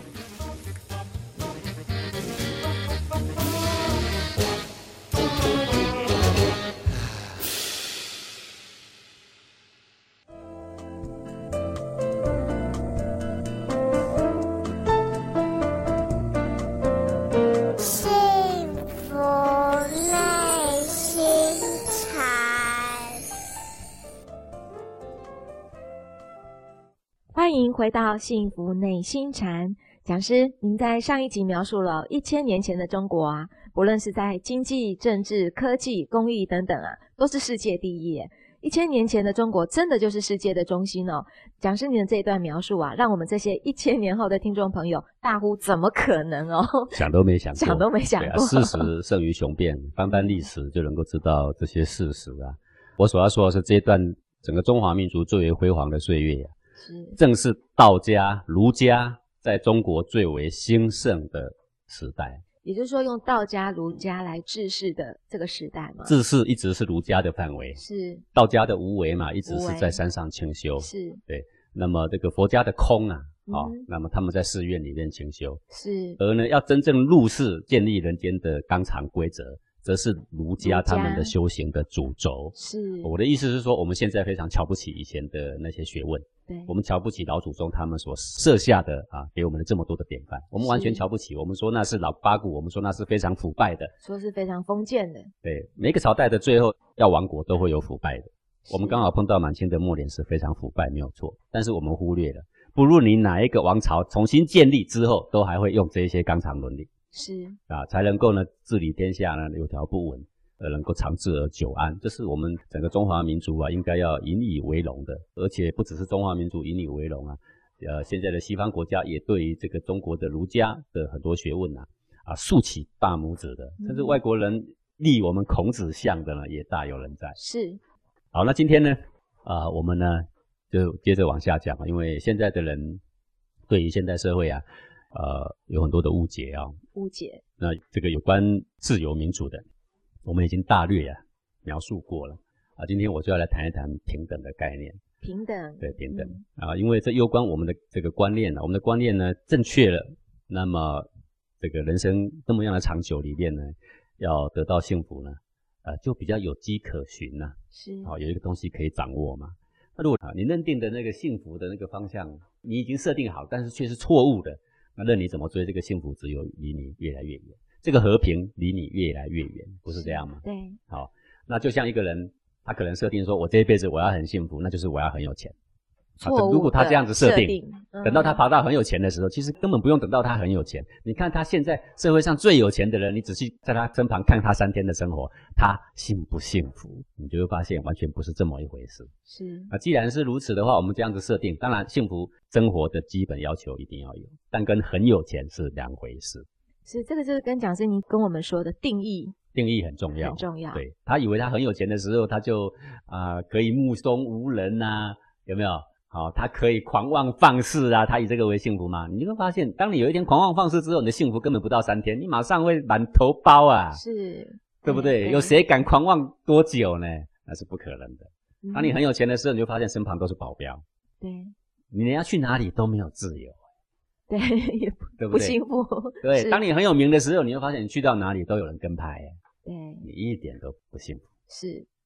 欢迎回到幸福内心禅。讲师，您在上一集描述了一千年前的中国啊，不论是在经济、政治、科技、工艺等等啊，都是世界第一耶。一千年前的中国真的就是世界的中心哦。讲师您的这一段描述啊，让我们这些一千年后的听众朋友大呼怎么可能哦， 想都没想过， 想都没想过。 对啊，事实胜于雄辩，翻翻历史就能够知道这些事实啊。我所要说的是，这一段整个中华民族最为辉煌的岁月啊，是正是道家、儒家在中国最为兴盛的时代。 也就是说，用道家、儒家来治世的这个时代嘛， 治世一直是儒家的范围， 是道家的无为嘛，一直是在山上清修， 是对。那么这个佛家的空啊， 嗯、 哦，那么他们在寺院里面清修， 是。 而呢，要真正入世建立人间的纲常规则，则是儒家他们的修行的主轴。 是。 我的意思是说，我们现在非常瞧不起以前的那些学问。 对， 我们瞧不起老祖宗他们所设下的啊，给我们的这么多的典范，我们完全瞧不起。我们说那是老八股，我们说那是非常腐败的， 说是非常封建的。 对，每个朝代的最后要亡国都会有腐败的。我们刚好碰到满清的末年是非常腐败，没有错。但是我们忽略了，不论你哪一个王朝重新建立之后，都还会用这些纲常伦理， 是啊，才能够呢治理天下呢有条不紊。呃，能够长治而久安，这是我们整个中华民族啊，应该要引以为荣的。而且不只是中华民族引以为荣啊，呃，现在的西方国家也对于这个中国的儒家的很多学问啊，啊，竖起大拇指的，甚至外国人立我们孔子像的呢，也大有人在。 是。 好，那今天呢，啊、呃，我们呢就接着往下讲，因为现在的人对于现代社会啊，呃，有很多的误解啊、哦， 误解。 那这个有关自由民主的。我们已经大略啊描述过了啊，今天我就要来谈一谈平等的概念。 平等， 对平等、嗯、啊，因为这攸关我们的这个观念呢、啊，我们的观念呢正确了，那么这个人生这么样的长久里面呢，要得到幸福呢，呃，就比较有迹可循呐、啊。 是， 好、哦，有一个东西可以掌握嘛。那如果啊你认定的那个幸福的那个方向，你已经设定好，但是却是错误的，那任你怎么追，这个幸福只有离你越来越远。这个和平离你越来越远，不是这样吗？ 对。 好，那就像一个人，他可能设定说，我这一辈子我要很幸福，那就是我要很有钱。 错误。 如果他这样子设定， 定嗯、 等到他爬到很有钱的时候，其实根本不用等到他很有钱。你看他现在社会上最有钱的人，你仔细在他身旁看他三天的生活，他幸不幸福？你就会发现完全不是这么一回事。 是。 啊，既然是如此的话，我们这样子设定，当然幸福生活的基本要求一定要有，但跟很有钱是两回事。 是，这个就是跟讲师您跟我们说的定义， 定义很重要， 很重要。 对，他以为他很有钱的时候，他就啊、呃、可以目中无人啊，有没有？好、哦，他可以狂妄放肆啊，他以这个为幸福吗？你就会发现，当你有一天狂妄放肆之后，你的幸福根本不到三天，你马上会满头包啊， 是， 对不对？ 对有谁敢狂妄多久呢？那是不可能的。 嗯、 当你很有钱的时候，你就发现身旁都是保镖， 对， 你连要去哪里都没有自由。 对，也不对不对？ 不幸福。 对，当你很有名的时候，你会发现你去到哪里都有人跟拍， 对， 你一点都不幸福。 是，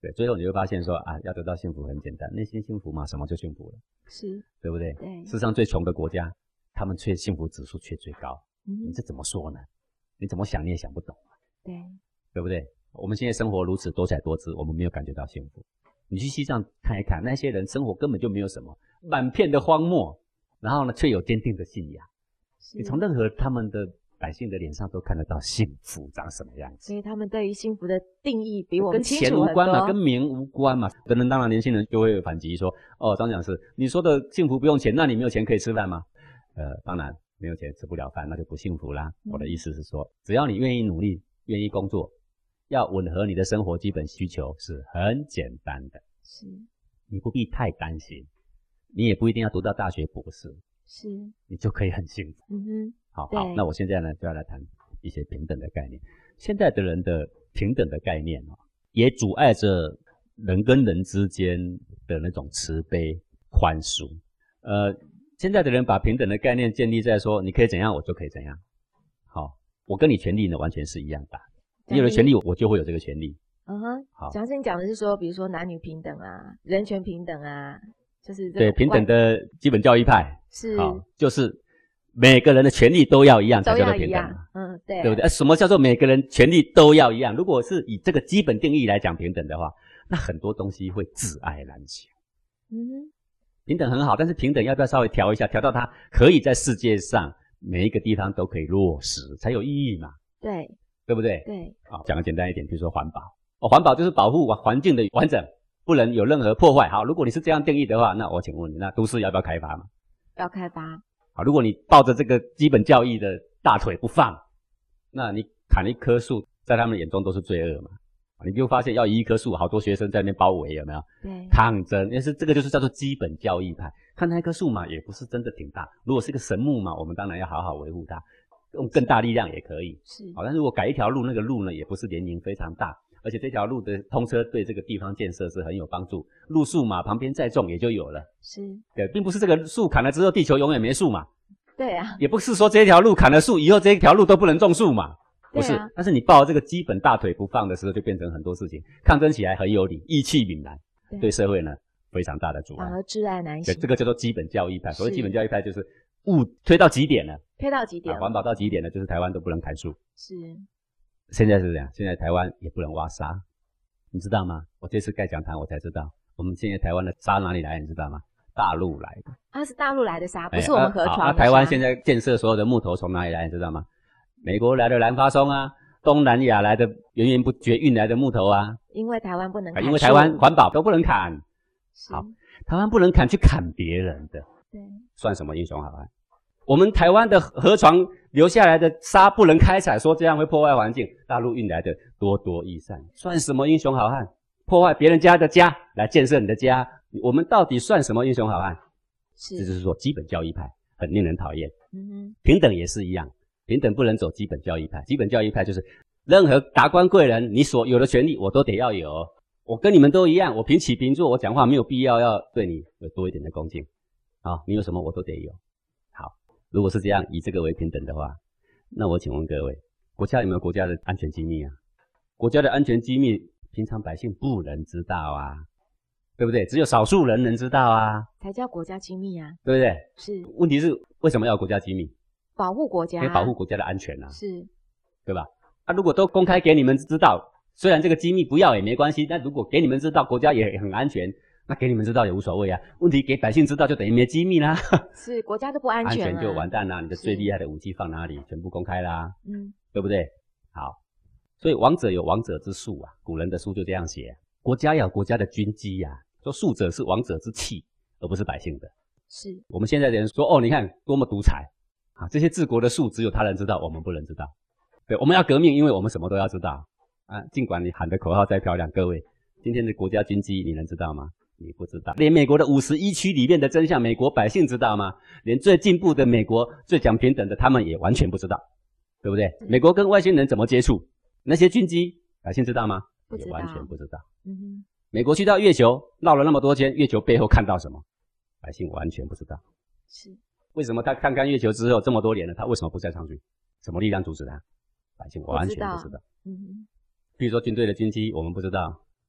对，最后你会发现说啊，要得到幸福很简单，内心幸福嘛，什么就幸福了， 是， 对不对？ 对。 世上最穷的国家，他们却幸福指数却最高。 嗯， 你这怎么说呢？你怎么想你也想不懂。 对， 对不对？我们现在生活如此多彩多姿，我们没有感觉到幸福。你去西藏看一看，那些人生活根本就没有什么，满片的荒漠，然后呢，却有坚定的信仰。你从任何他们的百姓的脸上都看得到幸福长什么样子。 所以他们对于幸福的定义比我们清楚很多。跟钱无关嘛，跟名无关嘛。等等，当然年轻人就会反击说：“哦，张讲师，你说的幸福不用钱，那你没有钱可以吃饭吗？”呃，当然没有钱吃不了饭，那就不幸福啦。嗯、我的意思是说，只要你愿意努力，愿意工作，要吻合你的生活基本需求是很简单的。 是， 你不必太担心，你也不一定要读到大学博士， 是，你就可以很幸福。 嗯哼， 好，好，那我现在呢就要来谈一些平等的概念。现在的人的平等的概念哦，也阻碍着人跟人之间的那种慈悲宽恕。呃，现在的人把平等的概念建立在说，你可以怎样，我就可以怎样。好，我跟你权利呢完全是一样大的，你有了权利，我就会有这个权利。 嗯哼， 好， 讲是你讲的是说，比如说男女平等啊，人权平等啊，就是这对平等的基本教义派是， 好，就是每个人的权利都要一样才叫做平等， 嗯，对， 对不对？啊，什么叫做每个人权利都要一样？如果是以这个基本定义来讲平等的话，那很多东西会自爱难行。 嗯哼， 平等很好，但是平等要不要稍微调一下，调到它可以在世界上每一个地方都可以落实，才有意义嘛？ 对， 对不对？ 对， 好，讲个简单一点，比如说环保。哦，环保就是保护环境的完整，不能有任何破坏。好，如果你是这样定义的话，那我请问你，那都市要不要开发嘛？ 要开发。 好，如果你抱着这个基本教义的大腿不放，那你砍一棵树，在他们眼中都是罪恶嘛？你就发现要移一棵树，好多学生在那边包围，有没有？ 对， 抗争，但是这个就是叫做基本教义派。看那棵树嘛，也不是真的挺大。如果是个神木嘛，我们当然要好好维护它，用更大力量也可以。 是， 好，但是如果改一条路，那个路呢，也不是年龄非常大。而且这条路的通车对这个地方建设是很有帮助，路树嘛，旁边再种也就有了。 是， 对，并不是这个树砍了之后地球永远没树嘛。 对啊。 也不是说这条路砍了树以后这条路都不能种树嘛。不是， 啊、 但是你抱这个基本大腿不放的时候，就变成很多事情抗争起来很有理，意气凛然，对, 对社会呢非常大的阻碍， 反而窒碍难行。 对，这个叫做基本教义派。所谓基本教义派，就是物推到极点了， 推到极点了， 环、啊、保到极点了，就是台湾都不能砍树。 是， 现在是这样，现在台湾也不能挖沙。你知道吗？我这次盖讲堂我才知道，我们现在台湾的沙哪里来？你知道吗？大陆来的。 啊，是大陆来的沙，不是我们河床的沙。 啊，台湾现在建设所有的木头从哪里来？你知道吗？美国来的南发松啊，东南亚来的源源不绝运来的木头啊。 因为台湾不能砍、 啊，因为台湾环保都不能砍。好，台湾不能砍，去砍别人的， 对， 算什么英雄好汉？我们台湾的河床留下来的沙不能开采，说这样会破坏环境，大陆运来的多多益善，算什么英雄好汉？破坏别人家的家来建设你的家，我们到底算什么英雄好汉？ 是， 这就是说基本教义派很令人讨厌。 嗯哼， 平等也是一样，平等不能走基本教义派，基本教义派就是任何达官贵人你所有的权利我都得要有，我跟你们都一样，我平起平坐，我讲话没有必要要对你有多一点的恭敬。好，你有什么我都得有。好，如果是这样，以这个为平等的话，那我请问各位，国家有没有国家的安全机密啊？国家的安全机密，平常百姓不能知道啊，对不对？只有少数人能知道啊， 才叫国家机密啊， 对不对？ 是。 问题是为什么要国家机密？ 保护国家， 可以保护国家的安全啊， 是， 对吧？啊，如果都公开给你们知道，虽然这个机密不要也没关系，但如果给你们知道，国家也很安全。那给你们知道也无所谓啊，问题给百姓知道就等于没机密啦。 是，国家都不安全、啊， 安全就完蛋啦。你的最厉害的武器放哪里？全部公开啦， 嗯， 对不对？好，所以王者有王者之术啊，古人的书就这样写。国家要有国家的军机呀、啊，说术者是王者之器，而不是百姓的。 是， 我们现在的人说，哦，你看多么独裁啊！这些治国的术只有他人知道，我们不能知道。对，我们要革命，因为我们什么都要知道啊。尽管你喊的口号再漂亮，各位，今天的国家军机你能知道吗？你不知道，连美国的五十一区里面的真相，美国百姓知道吗？连最进步的美国、最讲平等的，他们也完全不知道，对不对？美国跟外星人怎么接触？那些军机，百姓知道吗？ 不知道， 也完全不知道。 嗯哼， 美国去到月球，绕了那么多圈，月球背后看到什么？百姓完全不知道。 是， 为什么他看看月球之后这么多年了，他为什么不再上去？什么力量阻止他？百姓完全不知道。 嗯哼， 比如说军队的军机，我们不知道。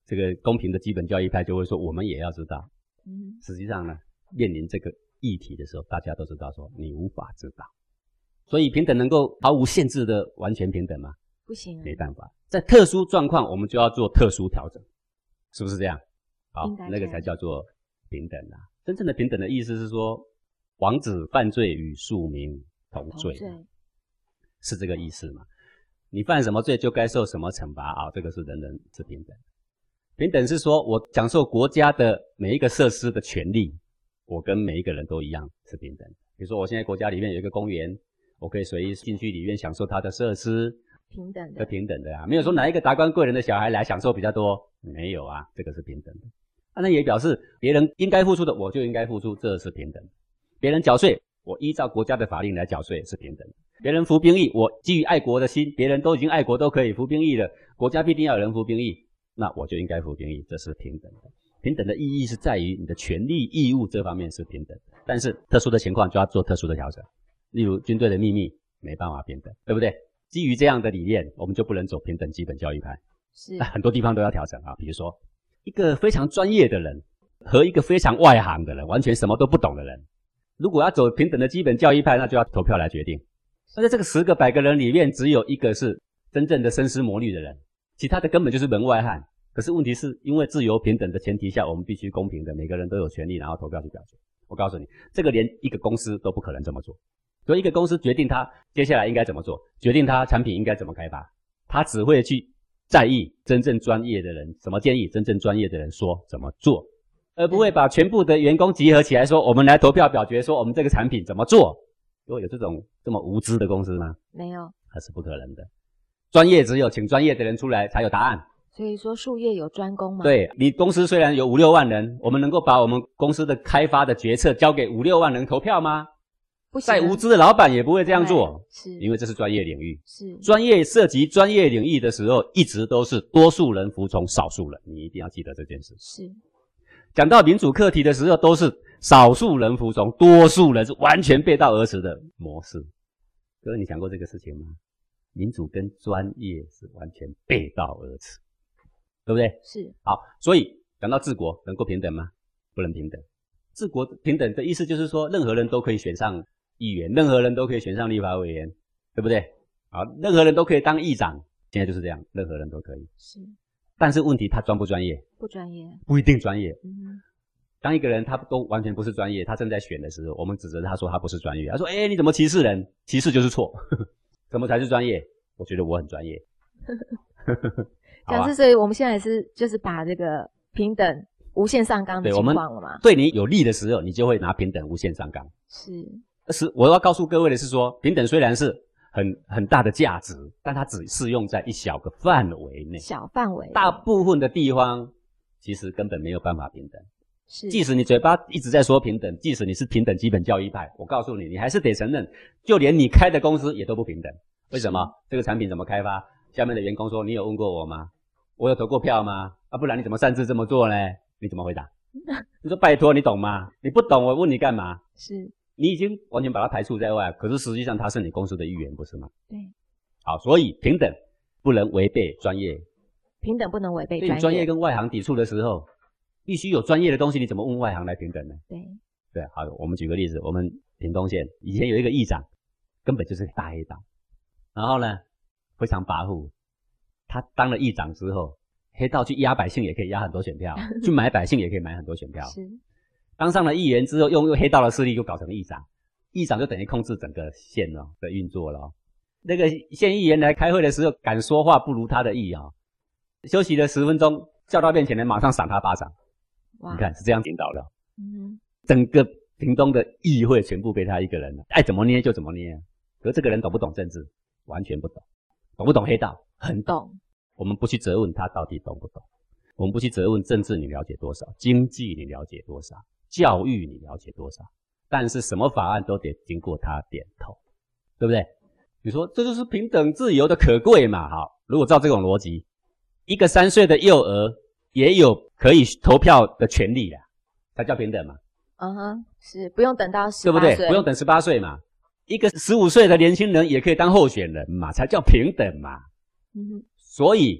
这个公平的基本教义派就会说我们也要知道。 嗯， 实际上呢，面临这个议题的时候，大家都知道说你无法知道。所以平等能够毫无限制的完全平等吗？ 不行啊， 没办法。在特殊状况，我们就要做特殊调整，是不是这样？好，那个才叫做平等啊。真正的平等的意思是说，王子犯罪与庶民同罪，同罪是这个意思嘛？你犯什么罪就该受什么惩罚啊？这个是人人是平等。平等是说我享受国家的每一个设施的权利，我跟每一个人都一样是平等。比如说我现在国家里面有一个公园，我可以随意进去里面享受它的设施， 平等的， 是平等的啊，没有说哪一个达官贵人的小孩来享受比较多，没有啊，这个是平等的。啊，那也表示别人应该付出的我就应该付出，这是平等。别人缴税，我依照国家的法令来缴税，是平等。别人服兵役，我基于爱国的心，别人都已经爱国都可以服兵役了，国家必定要有人服兵役，那我就应该服兵役，这是平等的。平等的意义是在于你的权利义务这方面是平等，但是特殊的情况就要做特殊的调整。例如军队的秘密没办法平等，对不对？基于这样的理念，我们就不能走平等基本教育派， 是很多地方都要调整啊。比如说一个非常专业的人和一个非常外行的人，完全什么都不懂的人，如果要走平等的基本教育派，那就要投票来决定。那在这个十个百个人里面，只有一个是真正的深思磨虑的人，其他的根本就是门外汉。可是问题是因为自由平等的前提下，我们必须公平的，每个人都有权利，然后投票去表决。我告诉你，这个连一个公司都不可能这么做。所以一个公司决定他接下来应该怎么做，决定他产品应该怎么开发，他只会去在意真正专业的人什么建议，真正专业的人说怎么做，而不会把全部的员工集合起来说我们来投票表决说我们这个产品怎么做。如果有这种这么无知的公司吗？ 没有， 那是不可能的。专业只有请专业的人出来才有答案。 所以说术业有专攻嘛。 对，你公司虽然有五六万人，我们能够把我们公司的开发的决策交给五六万人投票吗？ 不行啊， 再无知的老板也不会这样做， 是因为这是专业领域。 是专业涉及专业领域的时候，一直都是多数人服从少数人，你一定要记得这件事。 是讲到民主课题的时候，都是少数人服从，多数人是完全背道而驰的模式。各位，你想过这个事情吗？民主跟专业是完全背道而驰，对不对？ 是。 好，所以讲到治国，能够平等吗？不能平等。治国平等的意思就是说，任何人都可以选上议员，任何人都可以选上立法委员，对不对？好，任何人都可以当议长，现在就是这样，任何人都可以。 是。 但是问题，他专不专业？ 不专业， 不一定专业。 嗯， 当一个人他都完全不是专业，他正在选的时候，我们指责他说他不是专业，他说：“哎，你怎么歧视人？歧视就是错。什么才是专业？我觉得我很专业。” 讲是，所以我们现在是就是把这个平等无限上纲的情况了嘛？ 对你有利的时候，你就会拿平等无限上纲。 是， 是我要告诉各位的是说，平等虽然是很很大的价值，但它只适用在一小个范围内， 小范围， 大部分的地方其实根本没有办法平等。 是， 即使你嘴巴一直在说平等，即使你是平等基本教育派，我告诉你，你还是得承认，就连你开的公司也都不平等。为什么？这个产品怎么开发？下面的员工说：“你有问过我吗？我有投过票吗？啊，不然你怎么擅自这么做呢？”你怎么回答？你说拜托，你懂吗？你不懂，我问你干嘛？ 是。 你已经完全把它排除在外，可是实际上他是你公司的一员，不是吗？ 对。 好，所以平等不能违背专业， 平等不能违背专业。 对专业跟外行抵触的时候，必须有专业的东西，你怎么问外行来平等呢？ 对。 对，好，我们举个例子，我们屏东县以前有一个议长，根本就是大黑道，然后呢非常跋扈，他当了议长之后，黑道去压百姓也可以压很多选票，去买百姓也可以买很多选票。 是。 当上了议员之后，用黑道的势力就搞成议长，议长就等于控制整个县哦的运作了哦。那个县议员来开会的时候，敢说话不如他的意哦，休息了十分钟，叫到面前来，马上赏他巴掌。哇，你看是这样领导的。嗯，整个屏东的议会全部被他一个人，爱怎么捏就怎么捏。可是这个人懂不懂政治？完全不懂。懂不懂黑道？很懂。我们不去责问他到底懂不懂，我们不去责问政治你了解多少，经济你了解多少，教育你了解多少，但是什么法案都得经过他点头，对不对？你说这就是平等自由的可贵嘛？好，如果照这种逻辑，一个三岁的幼儿也有可以投票的权利啦，才叫平等嘛。 嗯哼，是不用等到十八岁， 对不对？不用等十八岁嘛。一个十五岁的年轻人也可以当候选人嘛，才叫平等嘛。嗯哼。所以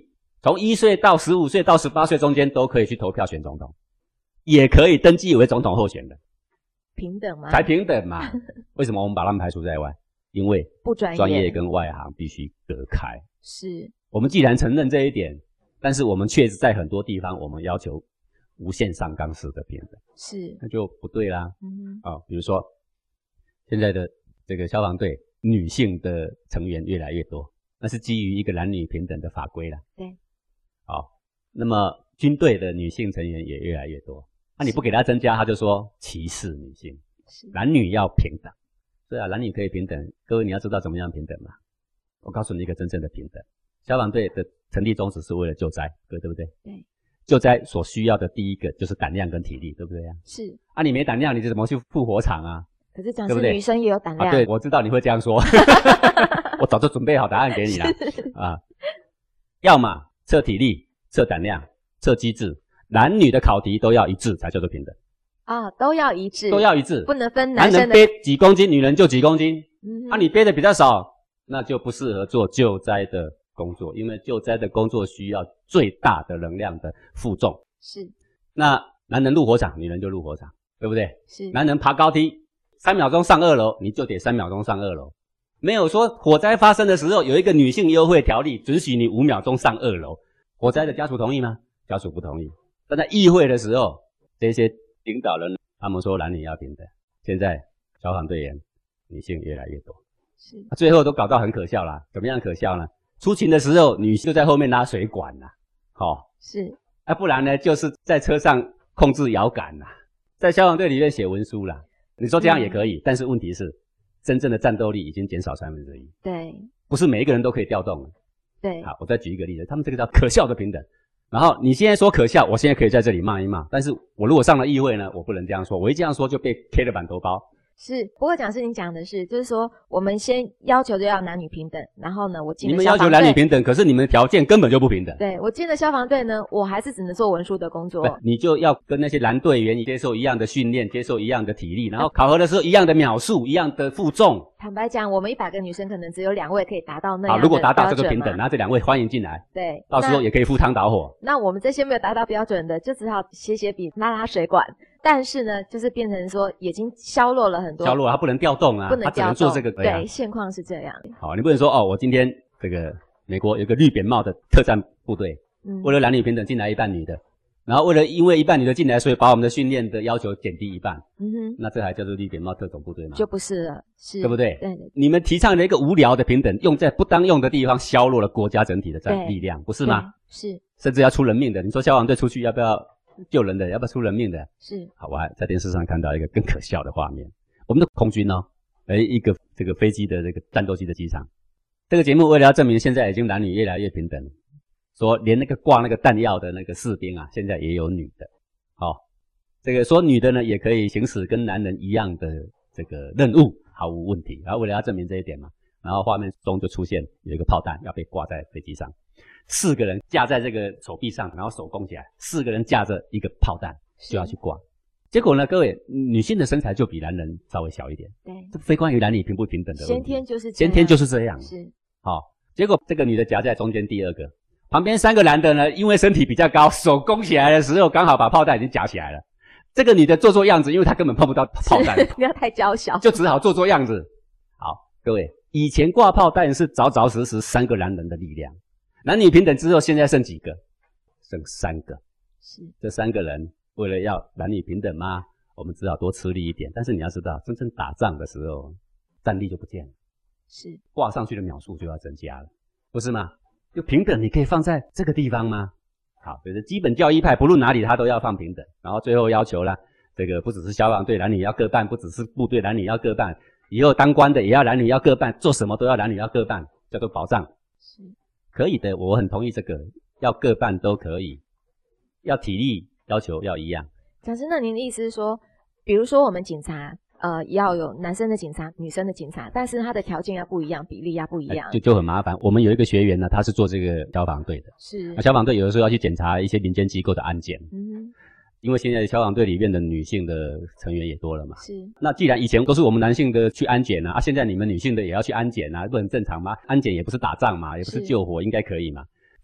从一岁到十五岁到十八岁中间都可以去投票选总统，也可以登记为总统候选人。 平等吗？ 才平等嘛。为什么我们把他们排除在外？因为不专业， 专业跟外行必须隔开。 是， 我们既然承认这一点，但是我们确实在很多地方我们要求无限上纲式的平等， 是， 那就不对啦。 嗯啊、哦，比如说现在的这个消防队女性的成员越来越多，那是基于一个男女平等的法规啦。 对。 好、哦，那么军队的女性成员也越来越多，那、啊、你不给他增加，他就说歧视女性，男女要平等。对啊，男女可以平等。各位你要知道怎么样平等嘛？我告诉你一个真正的平等。消防队的成立宗旨是为了救灾，对不对？ 对。 救灾所需要的第一个就是胆量跟体力，对不对啊？ 是。 啊，你没胆量，你怎么去赴火场啊？ 可是讲是女生也有胆量。 啊、对，我知道你会这样说。我早就准备好答案给你了啊。要么测体力、测胆量、测机智，男女的考题都要一致才叫做平等。 啊、哦，都要一致， 都要一致， 不能分男生的。 男人背几公斤，女人就几公斤。 嗯， 啊，你背的比较少，那就不适合做救灾的工作，因为救灾的工作需要最大的能量的负重。 是。 那男人入火场，女人就入火场，对不对？ 是。 男人爬高梯，三秒钟上二楼，你就得三秒钟上二楼。没有说火灾发生的时候有一个女性优惠条例，准许你五秒钟上二楼。火灾的家属同意吗？家属不同意。但在议会的时候，这些领导人他们说男女要平等，现在消防队员女性越来越多， 是、 啊、最后都搞到很可笑啦。怎么样可笑呢？出勤的时候女性就在后面拉水管啦，好、哦、 是， 啊，不然呢就是在车上控制摇杆啦，在消防队里面写文书啦。你说这样也可以，嗯、但是问题是真正的战斗力已经减少三分之一， 对， 不是每一个人都可以调动的。 对， 好，我再举一个例子，他们这个叫可笑的平等。然后你现在说可笑，我现在可以在这里骂一骂，但是我如果上了议会呢，我不能这样说，我一这样说就被 K 了板头包。 是，不过讲师您讲的是，就是说我们先要求就要男女平等，然后呢，我进了你们要求男女平等，可是你们的条件根本就不平等。 对，我进了消防队呢，我还是只能做文书的工作。 你就要跟那些男队员接受一样的训练，接受一样的体力，然后考核的时候一样的秒数，一样的负重。 坦白讲，我们一百个女生可能只有两位可以达到那样的标准嘛。 好，如果达到这个平等，那这两位欢迎进来。 对， 到时候也可以赴汤蹈火。 那我们这些没有达到标准的，就只好写写笔、拉拉水管。但是呢，就是变成说已经削弱了很多， 削弱它不能调动啊， 不能调动， 它只能做这个。 对，对现况是这样。 好，你不能说哦，我今天这个美国有个绿扁帽的特战部队，嗯，为了男女平等进来一半女的，然后为了因为一半女的进来，所以把我们的训练的要求减低一半。嗯哼，那这还叫做绿扁帽特种部队吗？ 就不是了，是， 对不对？ 对对。 你们提倡的一个无聊的平等，用在不当用的地方，削弱了国家整体的战力量，不是吗？ 是， 甚至要出人命的。你说消防队出去要不要救人的？要不要出人命的？ 是。 好，我还在电视上看到一个更可笑的画面，我们的空军哦，诶，一个这个飞机的这个战斗机的机场，这个节目为了要证明现在已经男女越来越平等，说连那个挂那个弹药的那个士兵啊，现在也有女的。好、哦，这个说女的呢也可以行使跟男人一样的这个任务，毫无问题。然后为了要证明这一点嘛，然后画面中就出现有一个炮弹要被挂在飞机上，四个人架在这个手臂上，然后手弓起来，四个人架着一个炮弹就要去挂。结果呢，各位，女性的身材就比男人稍微小一点。 对， 这非关于男女平不平等的问题。 先天就是这样， 先天就是这样。 是。 好、哦，结果这个女的夹在中间第二个，旁边三个男的呢，因为身体比较高，手弓起来的时候刚好把炮弹已经夹起来了。这个女的做做样子，因为她根本碰不到炮弹， 不要太娇小， 就只好做做样子。好，各位，以前挂炮弹是扎扎实实三个男人的力量，男女平等之后，现在剩几个？剩三个。 是， 这三个人为了要男女平等吗？我们只好多吃力一点。但是你要知道，真正打仗的时候，战力就不见了， 是挂上去的秒数就要增加了，不是吗？就平等，你可以放在这个地方吗？好，所以基本教义派不论哪里他都要放平等，然后最后要求啦，这个不只是消防队男女要各半，不只是部队男女要各半，以后当官的也要男女要各半，做什么都要男女要各半，叫做保障。 是可以的，我很同意这个，要各半都可以，要体力要求要一样。 讲师，那您的意思是说，比如说我们警察，呃，要有男生的警察、女生的警察，但是他的条件要不一样，比例要不一样， 就就很麻烦。我们有一个学员呢，他是做这个消防队的， 是那消防队有的时候要去检查一些民间机构的安检，嗯，因为现在消防队里面的女性的成员也多了嘛， 是。 那既然以前都是我们男性的去安检啊，啊，现在你们女性的也要去安检啊，不很正常吗？安检也不是打仗嘛，也不是救火，应该可以嘛。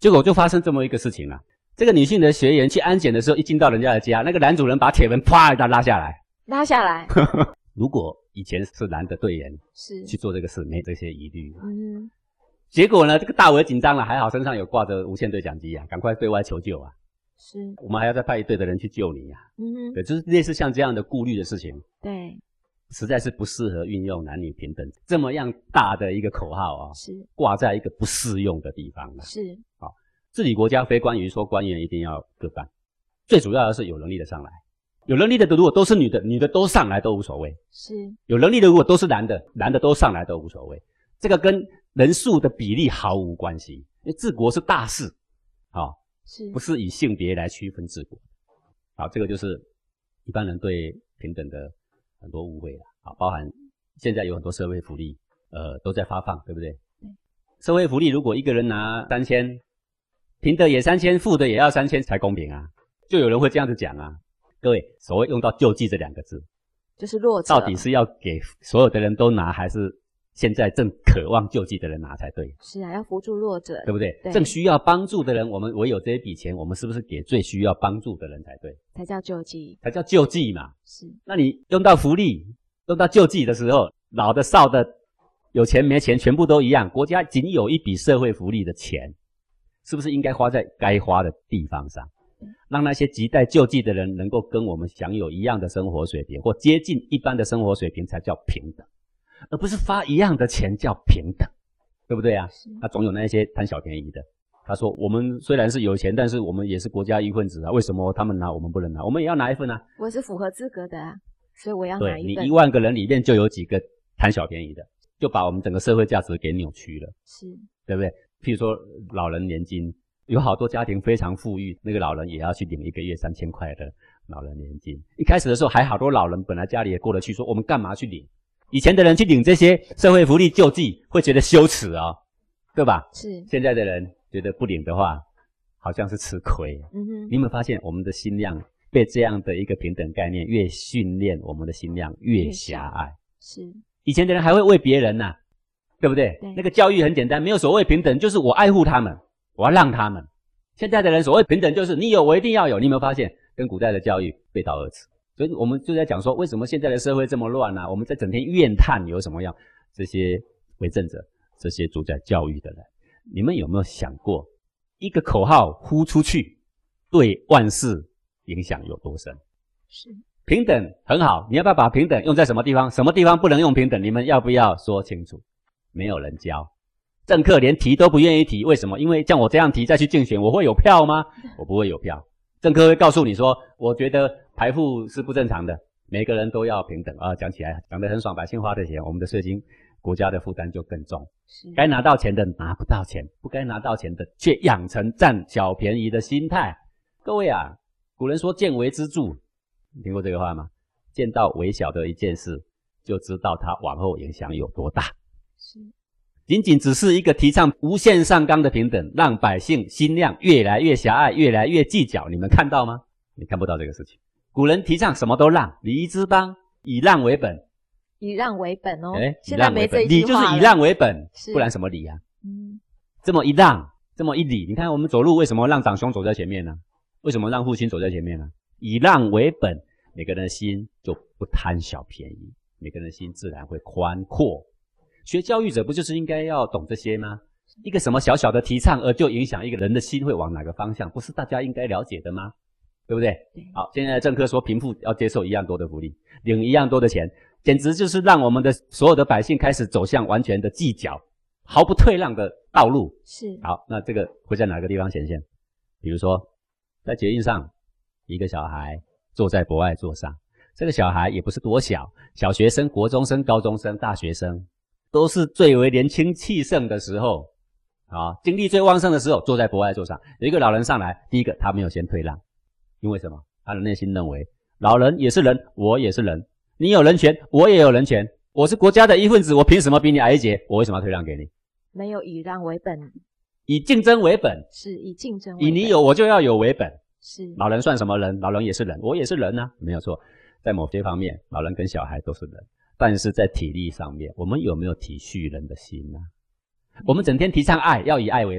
结果就发生这么一个事情了。这个女性的学员去安检的时候，一进到人家的家，那个男主人把铁门啪一下拉下来， 拉下来。 如果以前是男的队员是去做这个事，没这些疑虑。 嗯， 结果呢，这个大伟紧张了，还好身上有挂着无线对讲机啊，赶快对外求救啊。 是， 我们还要再派一队的人去救你啊。 嗯， 对，就是类似像这样的顾虑的事情。 对， 实在是不适合运用男女平等这么样大的一个口号啊， 是挂在一个不适用的地方了。 是， 啊，治理国家非关于说官员一定要各半，最主要的是有能力的上来，有能力的如果都是女的，女的都上来都无所谓。 是， 有能力的如果都是男的，男的都上来都无所谓。这个跟人数的比例毫无关系，因为治国是大事，啊， 是不是以性别来区分治国。好，这个就是一般人对平等的很多误会了。好，包含现在有很多社会福利，呃，都在发放，对不对？ 对。 社会福利如果一个人拿三千，贫的也三千，富的也要三千才公平啊，就有人会这样子讲啊。各位，所谓用到救济这两个字， 就是弱者， 到底是要给所有的人都拿，还是现在正渴望救济的人拿才对？ 是啊，要扶助弱者， 对不对？ 对， 正需要帮助的人，我们唯有这一笔钱，我们是不是给最需要帮助的人才对？ 才叫救济， 才叫救济嘛。 是。 那你用到福利，用到救济的时候，老的少的，有钱没钱，全部都一样。国家仅有一笔社会福利的钱，是不是应该花在该花的地方上？让那些亟待救济的人能够跟我们享有一样的生活水平，或接近一般的生活水平，才叫平等，而不是发一样的钱叫平等，对不对啊？他总有那些贪小便宜的。他说我们虽然是有钱，但是我们也是国家一份子啊，为什么他们拿我们不能拿？我们也要拿一份啊。 我是符合资格的啊，所以我要拿一份。 对，你一万个人里面就有几个贪小便宜的，就把我们整个社会价值给扭曲了， 是， 对不对？譬如说老人年金，有好多家庭非常富裕，那个老人也要去领一个月三千块的老人年金。一开始的时候还好多老人本来家里也过得去，说我们干嘛去领？以前的人去领这些社会福利救济会觉得羞耻哦，对吧？ 是。 现在的人觉得不领的话好像是吃亏。 嗯哼。 你有没有发现我们的心量被这样的一个平等概念越训练，我们的心量越狭隘？是。以前的人还会为别人呐、啊，对不对？对。那个教育很简单，没有所谓平等，就是我爱护他们，我要让他们。现在的人所谓平等就是你有我一定要有，你有没有发现跟古代的教育背道而驰？所以我们就在讲说为什么现在的社会这么乱啊，我们在整天怨叹有什么样，这些为政者，这些主宰教育的人，你们有没有想过一个口号呼出去对万事影响有多深？是。平等很好，你要不要把平等用在什么地方？什么地方不能用平等？你们要不要说清楚？没有人教，政客连提都不愿意提，为什么？因为像我这样提再去竞选，我会有票吗？我不会有票。政客会告诉你说，我觉得财富是不正常的，每个人都要平等啊。讲起来讲得很爽，百姓花的钱，我们的税金，国家的负担就更重。该拿到钱的拿不到钱，不该拿到钱的却养成占小便宜的心态。各位啊，古人说见微知著，你听过这个话吗？见到微小的一件事，就知道它往后影响有多大。是。仅仅只是一个提倡无限上纲的平等，让百姓心量越来越狭隘，越来越计较，你们看到吗？你看不到这个事情。古人提倡什么都让，礼仪之邦，以让为本。 以让为本哦。 诶， 现在没这一句话了。 礼就是以让为本，不然什么礼啊？嗯，这么一让，这么一礼，你看我们走路为什么让长兄走在前面呢？为什么让父亲走在前面呢？以让为本，每个人的心就不贪小便宜，每个人的心自然会宽阔。学教育者不就是应该要懂这些吗？一个什么小小的提倡而就影响一个人的心会往哪个方向，不是大家应该了解的吗？对不对？对。好，现在政客说贫富要接受一样多的福利，领一样多的钱，简直就是让我们的所有的百姓开始走向完全的计较，毫不退让的道路。是。好，那这个会在哪个地方显现？比如说在捷运上，一个小孩坐在博爱座上，这个小孩也不是多小，小学生、国中生、高中生、大学生，都是最为年轻气盛的时候啊，精力最旺盛的时候，坐在博爱座上。有一个老人上来，第一个他没有先退让，因为什么？他的内心认为老人也是人，我也是人，你有人权，我也有人权，我是国家的一份子，我凭什么比你矮一截？我为什么要退让给你？ 没有以让为本， 以竞争为本， 是以竞争为本， 以你有我就要有为本。 是。 老人算什么人？老人也是人，我也是人啊，没有错。在某些方面，老人跟小孩都是人。但是在体力上面，我们有没有体恤人的心呢、啊？我们整天提倡爱，要以爱为本，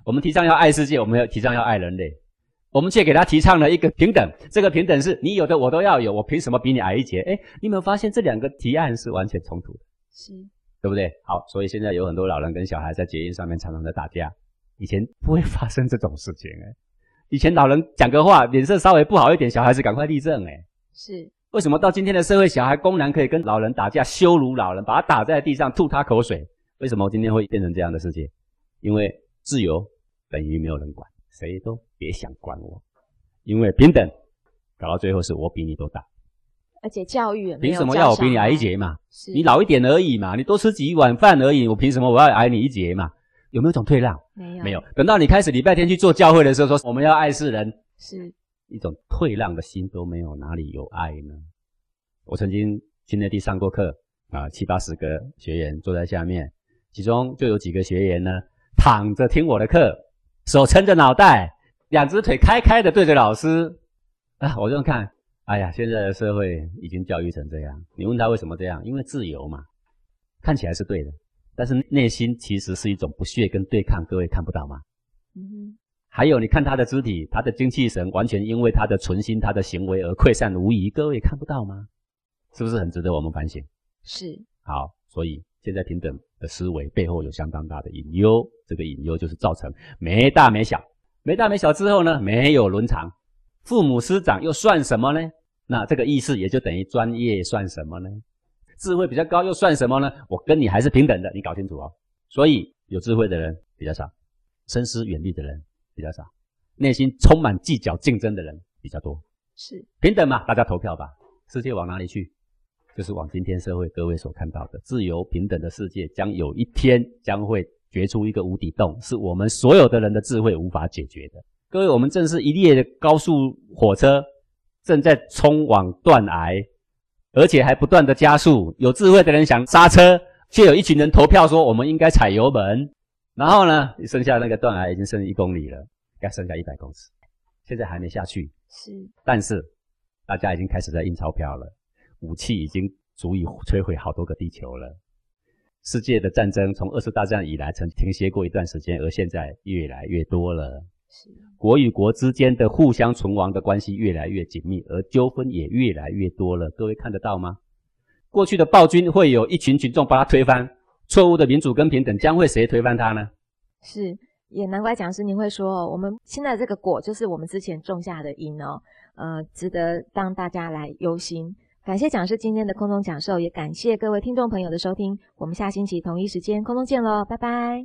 我们提倡要爱世界，我们要提倡要爱人类，我们却给他提倡了一个平等。这个平等是你有的我都要有，我凭什么比你矮一截？诶，你有没有发现这两个提案是完全冲突的？ 是， 对不对？好，所以现在有很多老人跟小孩在捷运上面常常在打架，以前不会发生这种事情诶。以前老人讲个话，脸色稍微不好一点，小孩子赶快立正诶。 是， 为什么到今天的社会，小孩公然可以跟老人打架，羞辱老人，把他打在地上，吐他口水？为什么今天会变成这样的世界？因为自由等于没有人管，谁都别想管我。因为平等，搞到最后是我比你都大。 而且教育也没有， 凭什么要我比你矮一截嘛？ 你老一点而已嘛，你多吃几碗饭而已，我凭什么我要矮你一截嘛？有没有种退让？ 没有， 没有。等到你开始礼拜天去做教会的时候，说我们要爱世人， 是一种退让的心都没有，哪里有爱呢？我曾经去内地上过课啊，七八十个学员坐在下面，其中就有几个学员呢，躺着听我的课，手撑着脑袋，两只腿开开的对着老师啊，我就看，哎呀，现在的社会已经教育成这样。你问他为什么这样？因为自由嘛，看起来是对的。但是内心其实是一种不屑跟对抗，各位看不到吗？ 嗯哼。 还有你看他的肢体，他的精气神完全因为他的存心，他的行为而溃散无疑，各位看不到吗？是不是很值得我们反省？ 是。 好，所以现在平等的思维背后有相当大的隐忧，这个隐忧就是造成没大没小，没大没小之后呢，没有伦常，父母师长又算什么呢？那这个意识也就等于专业算什么呢？智慧比较高又算什么呢？我跟你还是平等的，你搞清楚哦。所以有智慧的人比较少，深思远虑的人比较少，内心充满计较竞争的人比较多。 是平等嘛，大家投票吧。世界往哪里去？就是往今天社会各位所看到的自由平等的世界，将有一天将会掘出一个无底洞，是我们所有的人的智慧无法解决的。各位，我们正是一列的高速火车正在冲往断崖，而且还不断的加速，有智慧的人想刹车，却有一群人投票说我们应该踩油门。然后呢，剩下那个断崖已经剩一公里了，该剩下一百公尺，现在还没下去。 是， 但是大家已经开始在印钞票了，武器已经足以摧毁好多个地球了。世界的战争从二次大战以来曾停歇过一段时间，而现在越来越多了。 是， 国与国之间的互相存亡的关系越来越紧密，而纠纷也越来越多了。各位看得到吗？过去的暴君会有一群群众把它推翻，错误的民主跟平等将会谁推翻它呢？ 是，也难怪讲师您会说，我们现在这个果就是我们之前种下的因哦，呃，值得让大家来忧心。感谢讲师今天的空中讲授，也感谢各位听众朋友的收听。我们下星期同一时间空中见咯，拜拜。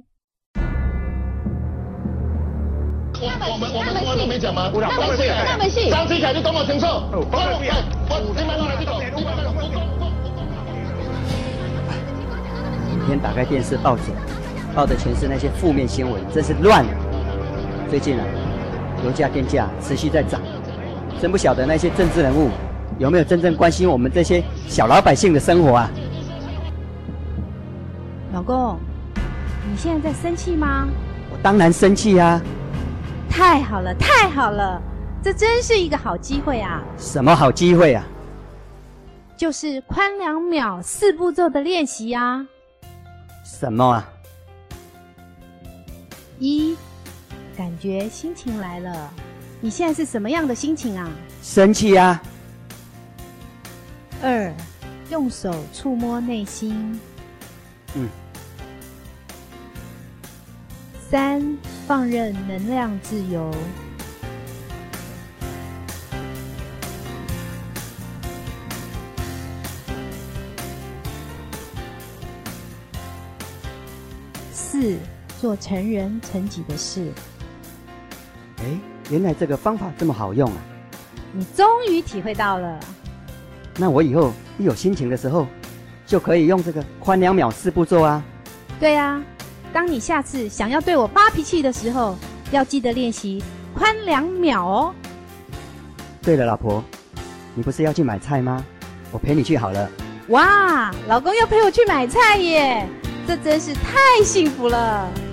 我我们我们我都没讲吗？ 那么细，那么细。 张志凯，你讲我清楚。我我你们来这个。 每天打开电视报纸，报的全是那些负面新闻，真是乱了。最近啊，油价电价持续在涨，真不晓得那些政治人物有没有真正关心我们这些小老百姓的生活啊？ 老公，你现在在生气吗？ 我当然生气啊！ 太好了，太好了，这真是一个好机会啊！ 什么好机会啊？ 就是宽两秒四步骤的练习啊！ 什么啊？ 一，感觉心情来了。你现在是什么样的心情啊？ 生气啊！ 二，用手触摸内心。 嗯。 三，放任能量自由。四，做成人成己的事。 哎，原来这个方法这么好用啊！ 你终于体会到了。 那我以后一有心情的时候，就可以用这个宽两秒四步骤啊。 对啊，当你下次想要对我发脾气的时候，要记得练习宽两秒哦。 对了，老婆，你不是要去买菜吗？我陪你去好了。 哇，老公要陪我去买菜耶，这真是太幸福了。